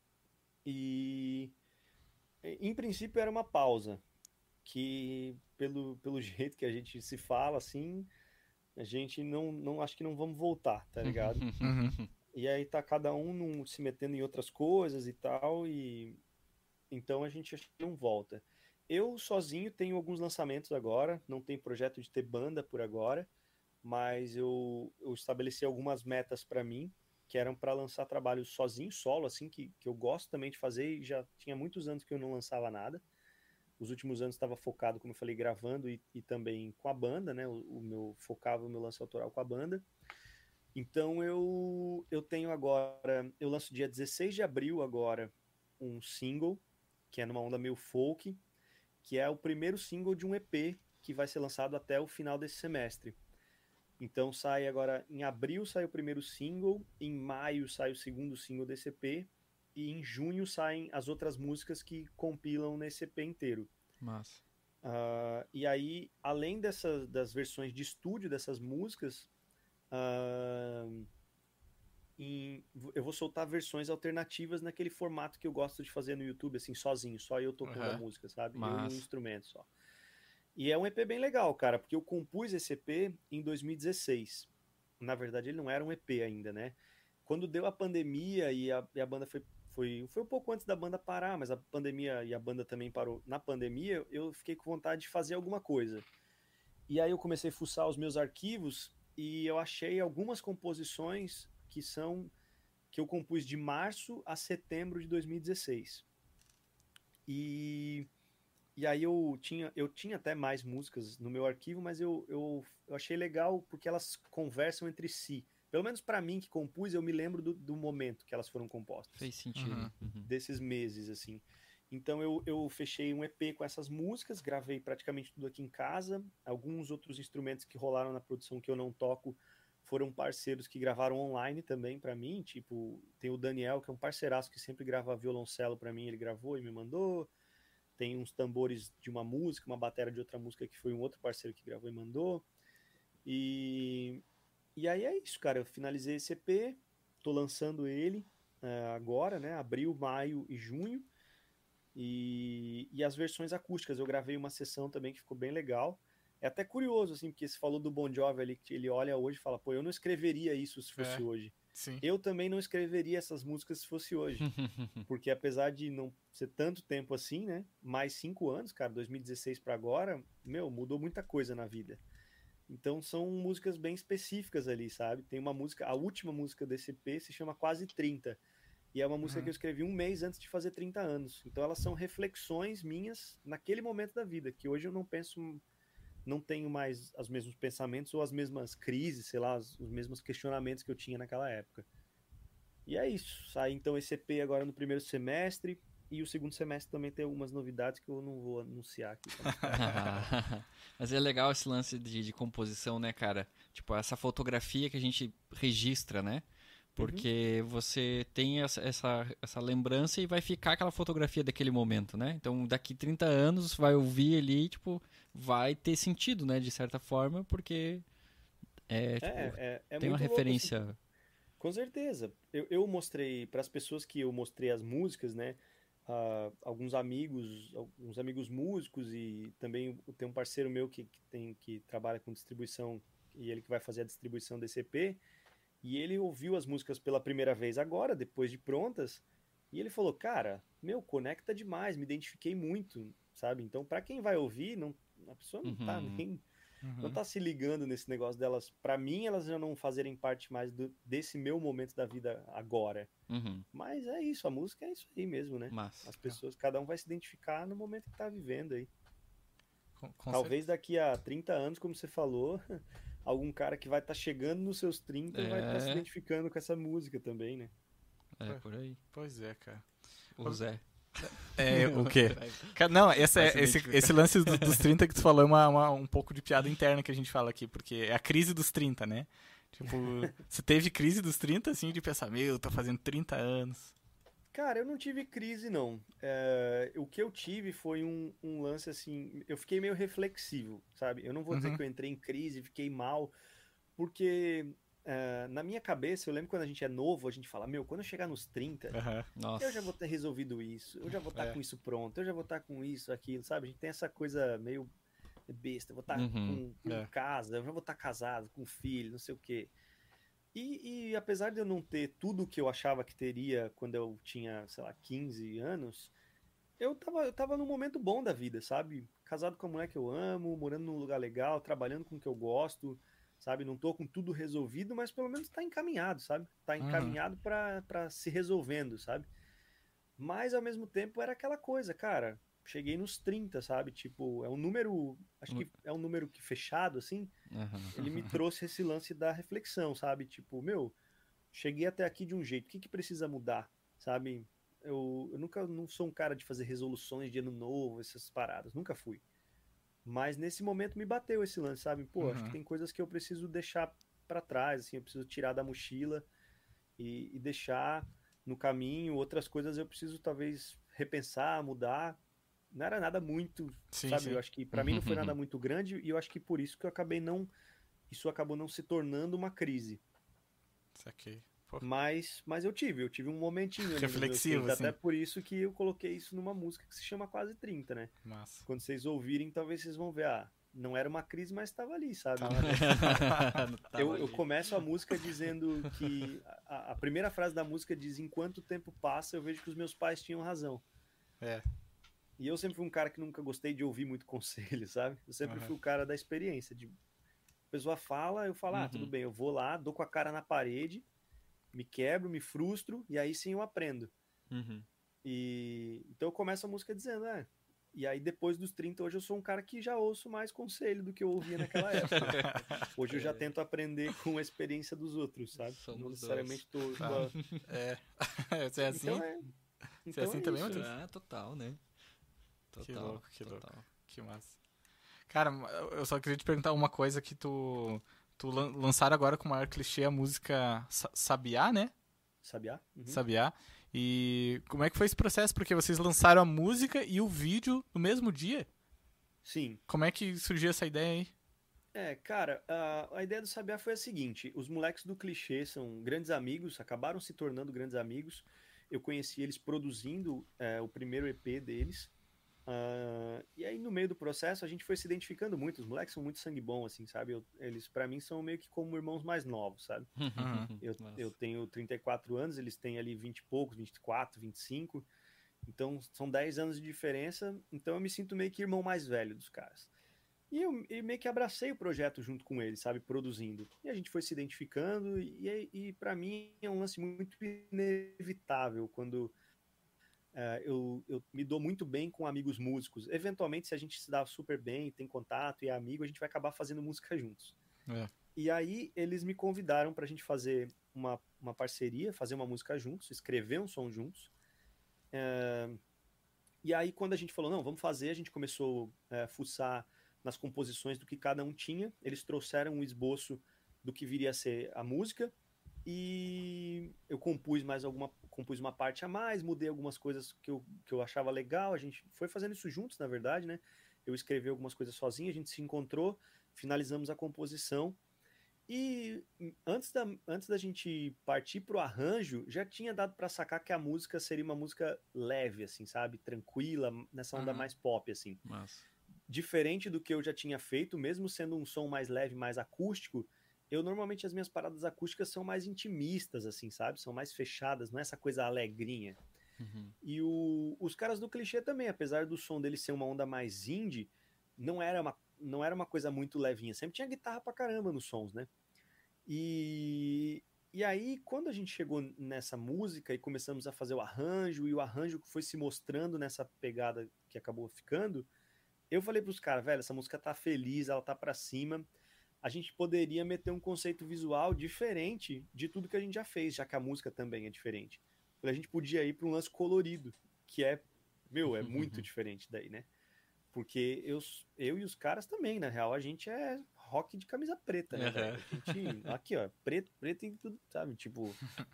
E, em princípio, era uma pausa. Que, pelo, pelo jeito que a gente se fala, assim, a gente não, não acho que não vamos voltar, tá ligado? Uhum. E aí tá cada um num- se metendo em outras coisas e tal, e então a gente acho que não volta. Eu sozinho tenho alguns lançamentos agora, não tem projeto de ter banda por agora, mas eu, eu estabeleci algumas metas pra mim, que eram pra lançar trabalhos sozinho, solo, assim, que, que eu gosto também de fazer, e já tinha muitos anos que eu não lançava nada. Os últimos anos estava focado, como eu falei, gravando e, e também com a banda, né? O, o meu focava o meu lance autoral com a banda. Então eu eu tenho agora, eu lanço dia dezesseis de abril agora um single que é numa onda meio folk, que é o primeiro single de um E P que vai ser lançado até o final desse semestre. Então sai agora em abril sai o primeiro single, em maio sai o segundo single desse E P e em junho saem as outras músicas que compilam nesse E P inteiro. Massa. Ah, e aí, além dessas das versões de estúdio dessas músicas, ah, em- eu vou soltar versões alternativas naquele formato que eu gosto de fazer no YouTube, assim, sozinho, só eu tocando a Aham. música, sabe? Eu e um Massa. instrumento só. E é um E P bem legal, cara, porque eu compus esse E P em dois mil e dezesseis. Na verdade, ele não era um E P ainda, né? Quando deu a pandemia e a, e a banda foi, foi. Foi um pouco antes da banda parar, mas a pandemia e a banda também parou. Na pandemia, eu fiquei com vontade de fazer alguma coisa. E aí eu comecei a fuçar os meus arquivos e eu achei algumas composições que são que eu compus de março a setembro de dois mil e dezesseis. E, e aí eu tinha, eu tinha até mais músicas no meu arquivo, mas eu, eu, eu achei legal porque elas conversam entre si. pelo menos pra mim que compus, eu me lembro do, do momento que elas foram compostas. Fez sentido. Uhum. Uhum. Desses meses, assim. Então eu, eu fechei um E P com essas músicas, gravei praticamente tudo aqui em casa. Alguns outros instrumentos que rolaram na produção que eu não toco foram parceiros que gravaram online também pra mim. Tipo, tem o Daniel, que é um parceiraço que sempre grava violoncelo pra mim, ele gravou e me mandou. Tem uns tambores de uma música, uma bateria de outra música que foi um outro parceiro que gravou e mandou. E, e aí é isso, cara. Eu finalizei esse E P, tô lançando ele uh, agora, né? Abril, maio e junho. E, e as versões acústicas. Eu gravei uma sessão também que ficou bem legal. É até curioso, assim, porque você falou do Bon Jovi ali, que ele olha hoje e fala, pô, eu não escreveria isso se fosse É. hoje. Sim. Eu também não escreveria essas músicas se fosse hoje. Porque apesar de não ser tanto tempo assim, né? Mais cinco anos, cara, dois mil e dezesseis pra agora, meu, mudou muita coisa na vida. Então são músicas bem específicas ali, sabe? Tem uma música, a última música desse E P se chama Quase trinta. E é uma música Uhum. que eu escrevi um mês antes de fazer trinta anos. Então elas são reflexões minhas naquele momento da vida, que hoje eu não penso, não tenho mais os mesmos pensamentos ou as mesmas crises, sei lá, os, os mesmos questionamentos que eu tinha naquela época. E é isso. Sai então esse E P agora no primeiro semestre. E o segundo semestre também tem algumas novidades que eu não vou anunciar aqui. Mas é legal esse lance de, de composição, né, cara? Tipo, essa fotografia que a gente registra, né? Porque uhum. você tem essa, essa, essa lembrança e vai ficar aquela fotografia daquele momento, né? Então, daqui trinta anos, vai ouvir ali, tipo, vai ter sentido, né? De certa forma, porque é, tipo, é, é, é tem uma muito referência... louco, assim. Com certeza. Eu, eu mostrei para as pessoas que eu mostrei as músicas, né? Uh, alguns amigos, alguns amigos músicos e também tem um parceiro meu que, que, tem, que trabalha com distribuição e ele que vai fazer a distribuição desse E P. E ele ouviu as músicas pela primeira vez agora, depois de prontas, e ele falou, cara, meu, conecta demais, me identifiquei muito, sabe? Então, para quem vai ouvir, não, a pessoa não uhum. tá nem... Uhum. Não tá se ligando nesse negócio delas. Pra mim, elas já não fazerem parte mais do, desse meu momento da vida agora. Uhum. Mas é isso, a música é isso aí mesmo, né? Massa. As pessoas, cada um vai se identificar no momento que tá vivendo aí. Com, com Talvez certeza. Daqui a trinta anos, como você falou, algum cara que vai estar tá chegando nos seus trinta é... vai estar tá se identificando com essa música também, né? É, por aí. Pois é, cara. O Zé. É, o quê? Não, essa, é, esse, esse lance do, dos trinta que tu falou é uma, uma, um pouco de piada interna que a gente fala aqui, porque é a crise dos trinta, né? Tipo, você teve crise dos trinta, assim, de pensar, meu, tô fazendo trinta anos. Cara, eu não tive crise, não. É, o que eu tive foi um, um lance, assim, eu fiquei meio reflexivo, sabe? Eu não vou dizer uhum. que eu entrei em crise, fiquei mal, porque... Uh, na minha cabeça, eu lembro quando a gente é novo, a gente fala, meu, quando eu chegar nos trinta, uhum. eu já vou ter resolvido isso, eu já vou estar tá é. com isso pronto, eu já vou estar tá com isso, aquilo, sabe? A gente tem essa coisa meio besta, eu vou estar tá uhum. com, com é. casa, eu já vou estar tá casado, com filho, não sei o quê. E, e apesar de eu não ter tudo que eu achava que teria quando eu tinha, sei lá, quinze anos, eu tava, eu tava num momento bom da vida, sabe? Casado com a mulher que eu amo, morando num lugar legal, trabalhando com o que eu gosto, sabe? Não tô com tudo resolvido, mas pelo menos tá encaminhado, sabe? Tá encaminhado uhum. pra, pra se resolvendo, sabe? Mas ao mesmo tempo era aquela coisa, cara. Cheguei nos trinta, sabe? Tipo, é um número. Acho que é um número que fechado, assim. Uhum. Ele me trouxe esse lance da reflexão, sabe? Tipo, meu, cheguei até aqui de um jeito. O que, que precisa mudar, sabe? Eu, eu nunca não sou um cara de fazer resoluções de ano novo, essas paradas. Nunca fui. Mas nesse momento me bateu esse lance, sabe? Pô, uhum. acho que tem coisas que eu preciso deixar pra trás, assim, eu preciso tirar da mochila e, e deixar no caminho. Outras coisas eu preciso talvez repensar, mudar. Não era nada muito, sim, sabe? Sim. Eu acho que pra mim não foi nada muito grande e eu acho que por isso que eu acabei não... Isso acabou não se tornando uma crise. Saquei. Mas, mas eu tive, eu tive um momentinho reflexivo, trinta, assim. Até por isso que eu coloquei isso numa música que se chama Quase trinta, né? Massa. Quando vocês ouvirem, talvez vocês vão ver, ah, não era uma crise, mas estava ali, sabe? Tava ali. eu, eu começo a música dizendo que a, a primeira frase da música diz: enquanto o tempo passa, eu vejo que os meus pais tinham razão. É. E eu sempre fui um cara que nunca gostei de ouvir muito conselho, sabe? Eu sempre uhum. fui o cara da experiência. De... A pessoa fala, eu falo, ah, uhum. tudo bem, eu vou lá, dou com a cara na parede, me quebro, me frustro, e aí sim eu aprendo. Uhum. E então eu começo a música dizendo, é, E aí, depois dos trinta, hoje eu sou um cara que já ouço mais conselho do que eu ouvia naquela época. Hoje eu já tento aprender com a experiência dos outros, sabe? Somos Não necessariamente tô... tô- Ah, É. Você é assim? Então é... Você é assim é também, isso. Matheus? Ah, total, né? Total, Que louco, que total. louco. Que massa. Cara, eu só queria te perguntar uma coisa que tu, tu lan- lançaram agora com o maior clichê a música Sa- Sabiá, né? Sabiá? Uhum. Sabiá. E como é que foi esse processo? Porque vocês lançaram a música e o vídeo no mesmo dia? Sim. Como é que surgiu essa ideia aí? É, cara, a, a ideia do Sabiá foi a seguinte: os moleques do Clichê são grandes amigos, acabaram se tornando grandes amigos. Eu conheci eles produzindo é, o primeiro E P deles. Ah, e aí, no meio do processo, a gente foi se identificando muito. Os moleques são muito sangue bom, assim, sabe? Eu- eles, pra mim, são meio que como irmãos mais novos, sabe? Uhum. Eu, Massa. eu tenho trinta e quatro anos, eles têm ali vinte e poucos, vinte e quatro, vinte e cinco. Então, são dez anos de diferença. Então, eu me sinto meio que irmão mais velho dos caras. E eu, eu meio que abracei o projeto junto com eles, sabe? Produzindo. E a gente foi se identificando. E, e para mim, é um lance muito inevitável quando é, eu, eu me dou muito bem com amigos músicos. Eventualmente, se a gente se dá super bem, tem contato e é amigo, a gente vai acabar fazendo música juntos. É. E aí, eles me convidaram pra gente fazer uma, uma parceria, fazer uma música juntos, escrever um som juntos. É, E aí, quando a gente falou, não, vamos fazer, a gente começou a fuçar nas composições do que cada um tinha. Eles trouxeram um esboço do que viria a ser a música. E eu compus mais alguma, compus uma parte a mais, mudei algumas coisas que eu, que eu achava legal. A gente foi fazendo isso juntos, na verdade, né? Eu escrevi algumas coisas sozinho, a gente se encontrou, finalizamos a composição. E antes da, antes da gente partir pro arranjo, já tinha dado pra sacar que a música seria uma música leve, assim, sabe? Tranquila, nessa onda Uhum. mais pop, assim. Massa. Diferente do que eu já tinha feito, mesmo sendo um som mais leve, mais acústico, eu normalmente as minhas paradas acústicas são mais intimistas, assim, sabe? São mais fechadas, não é essa coisa alegrinha. Uhum. E o, os caras do Clichê também, apesar do som deles ser uma onda mais indie, não era uma, não era uma coisa muito levinha. Sempre tinha guitarra pra caramba nos sons, né? E, e aí, quando a gente chegou nessa música e começamos a fazer o arranjo, e o arranjo foi se mostrando nessa pegada que acabou ficando, eu falei pros caras, velho, essa música tá feliz, ela tá pra cima, a gente poderia meter um conceito visual diferente de tudo que a gente já fez, já que a música também é diferente. A gente podia ir pra um lance colorido, que é, meu, é muito diferente daí, né? Porque eu, eu e os caras também, na real, a gente é rock de camisa preta, né, Uhum. velho? A gente, aqui, ó, preto, preto em tudo, sabe? Tipo,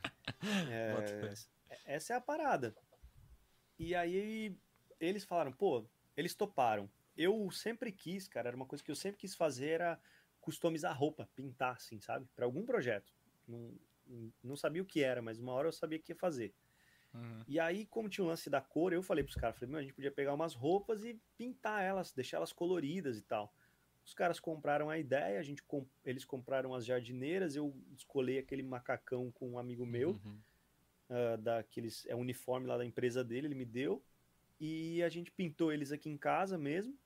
é, essa é a parada. E aí eles falaram, pô, eles toparam. Eu sempre quis, cara, era uma coisa que eu sempre quis fazer, era customizar roupa, pintar, assim, sabe? Pra algum projeto. Não, não sabia o que era, mas uma hora eu sabia que ia fazer. Uhum. E aí, como tinha o lance da cor, eu falei pros caras, falei, meu, a gente podia pegar umas roupas e pintar elas, deixar elas coloridas e tal. Os caras compraram a ideia, a gente comp... eles compraram as jardineiras, eu escolhi aquele macacão com um amigo meu, Uhum. uh, daqueles, é o uniforme lá da empresa dele, ele me deu, e a gente pintou eles aqui em casa mesmo.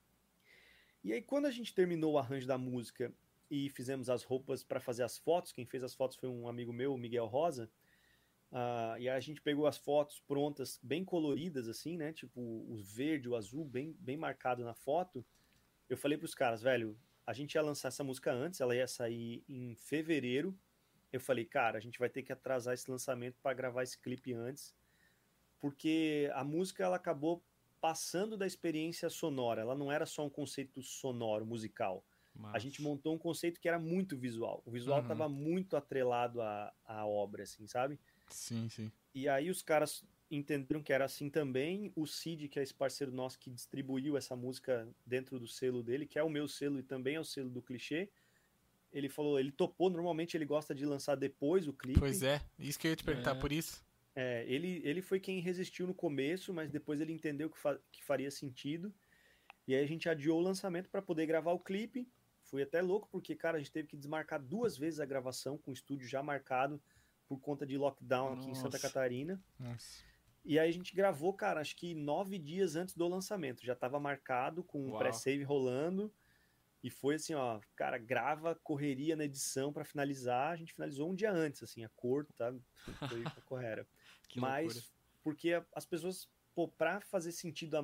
E aí, quando a gente terminou o arranjo da música e fizemos as roupas para fazer as fotos, quem fez as fotos foi um amigo meu, o Miguel Rosa. Uh, e aí a gente pegou as fotos prontas, bem coloridas, assim, né? Tipo, o verde, o azul, bem, bem marcado na foto. Eu falei pros caras, velho, a gente ia lançar essa música antes, ela ia sair em fevereiro. Eu falei, cara, a gente vai ter que atrasar esse lançamento para gravar esse clipe antes, porque a música ela acabou passando da experiência sonora, ela não era só um conceito sonoro, musical. Massa. A gente montou um conceito que era muito visual. O visual estava Uhum. muito atrelado à, à obra, assim, sabe? Sim, sim. E aí os caras entenderam que era assim também. O Cid, que é esse parceiro nosso que distribuiu essa música dentro do selo dele, que é o meu selo e também é o selo do Clichê, ele falou, ele topou, normalmente ele gosta de lançar depois o clipe. Pois é, isso que eu ia te perguntar, É. por isso. É, ele, ele foi quem resistiu no começo, mas depois ele entendeu que, fa que faria sentido. E aí a gente adiou o lançamento para poder gravar o clipe. Fui até louco, porque, cara, a gente teve que desmarcar duas vezes a gravação com o estúdio já marcado por conta de lockdown aqui em Santa Nossa. Catarina. Nossa. E aí a gente gravou, cara, acho que nove dias antes do lançamento. Já tava marcado, com um Uau. pré-save rolando. E foi assim, ó, cara, grava, correria na edição para finalizar. A gente finalizou um dia antes, assim, a cor, tá? Foi a correra. Que Mas loucura. porque as pessoas, pô, pra fazer sentido a,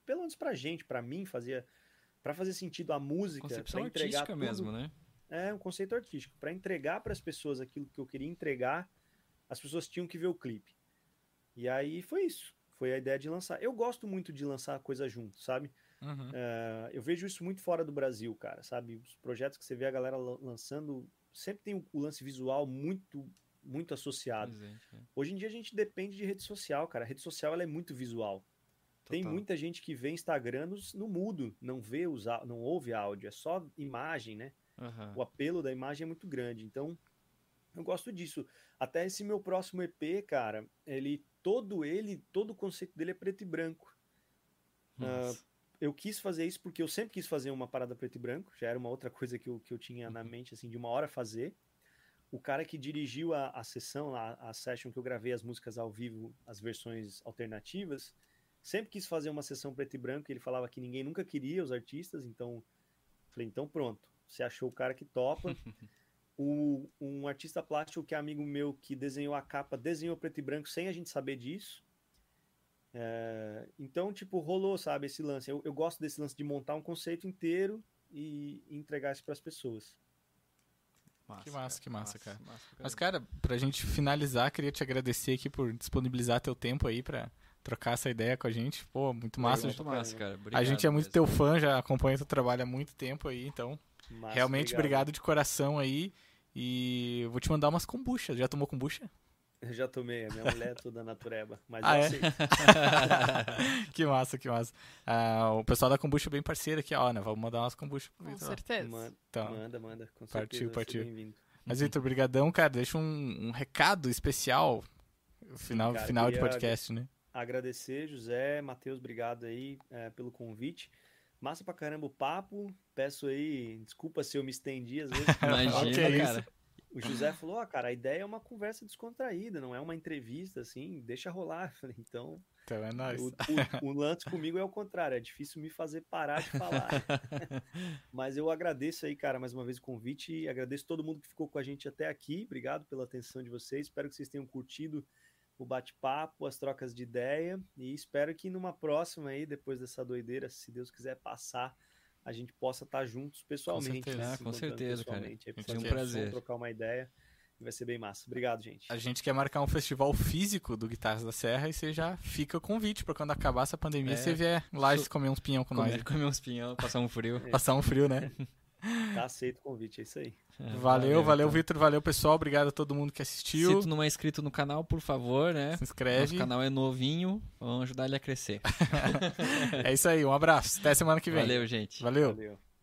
pelo menos pra gente, pra mim, fazia, pra fazer sentido a música, Concepção pra entregar artística tudo, mesmo, né? é um conceito artístico, pra entregar pras pessoas aquilo que eu queria entregar, as pessoas tinham que ver o clipe. E aí foi isso, foi a ideia de lançar. Eu gosto muito de lançar coisa junto, sabe? Uhum. Uh, eu vejo isso muito fora do Brasil, cara, sabe? Os projetos que você vê a galera lançando, sempre tem o lance visual muito, muito associado. Presente, é. Hoje em dia a gente depende de rede social, cara. A rede social ela é muito visual. Tem Total. muita gente que vê Instagram no, no mudo, não vê os, á- não ouve áudio, é só imagem, né? Aham. O apelo da imagem é muito grande. Então, eu gosto disso. Até esse meu próximo E P, cara, ele todo ele, todo o conceito dele é preto e branco. Nossa. Eu quis fazer isso porque eu sempre quis fazer uma parada preto e branco, já era uma outra coisa que eu, que eu tinha na mente, assim, de uma hora fazer. O cara que dirigiu a, a sessão, a, a session que eu gravei as músicas ao vivo, as versões alternativas, sempre quis fazer uma sessão preto e branco, e ele falava que ninguém nunca queria os artistas, então falei, então pronto, você achou o cara que topa. o, um artista plástico que é amigo meu que desenhou a capa, desenhou preto e branco sem a gente saber disso. É, então, tipo, rolou, sabe, esse lance. Eu, eu gosto desse lance de montar um conceito inteiro e, e entregar isso para as pessoas. Que massa, que massa, cara. massa, Mas, cara, pra gente finalizar, queria te agradecer aqui por disponibilizar teu tempo aí pra trocar essa ideia com a gente. Pô, muito massa. Muito massa, cara. A Obrigado gente é muito mesmo. teu fã, já acompanha teu trabalho há muito tempo aí, então, Massa, realmente obrigado de coração aí. E eu vou te mandar umas kombuchas. Já tomou kombucha? Eu já tomei, a minha mulher é toda natureba, mas Ah, eu é? aceito. Que massa, que massa. Ah, o pessoal da kombucha é bem parceiro aqui, ó, né? Vamos mandar umas kombuchas pro Com Vitor. certeza. Manda, Então, manda, manda, com Partiu, certeza vai ser partiu. bem-vindo. mas, Vitor, brigadão, cara. Deixa um, um recado especial final, Cara, final de queria podcast, né? Agradecer, José, Matheus, obrigado aí é, pelo convite. Massa pra caramba o papo. Peço aí, desculpa se eu me estendi às vezes. Imagina, Que é cara. O José falou, ah, cara, a ideia é uma conversa descontraída, não é uma entrevista, assim, deixa rolar. Eu falei, então, Então é nóis. o, o, o lance comigo é o contrário, é difícil me fazer parar de falar. Mas eu agradeço aí, cara, mais uma vez o convite e agradeço todo mundo que ficou com a gente até aqui. Obrigado pela atenção de vocês, espero que vocês tenham curtido o bate-papo, as trocas de ideia e espero que numa próxima aí, depois dessa doideira, se Deus quiser passar, a gente possa estar juntos pessoalmente. certeza. né? Ah, Se com encontrando certeza, cara. pessoalmente, aí pra Foi um fazer prazer. som, trocar uma ideia e vai ser bem massa. Obrigado, gente. A gente quer marcar um festival físico do Guitarras da Serra e você já fica o convite pra quando acabar essa pandemia É. você vier lá Su- comer uns pinhão com nós. Comer, comer uns pinhão, passar um frio. Passar um frio, né? Tá aceito o convite, é isso aí. Valeu, valeu, então. Vitor, valeu, pessoal. Obrigado a todo mundo que assistiu. Se tu não é inscrito no canal, por favor, né? Se Nosso inscreve. canal é novinho, vamos ajudar ele a crescer. É isso aí, um abraço. Até semana que vem. Valeu, gente. Valeu. Valeu.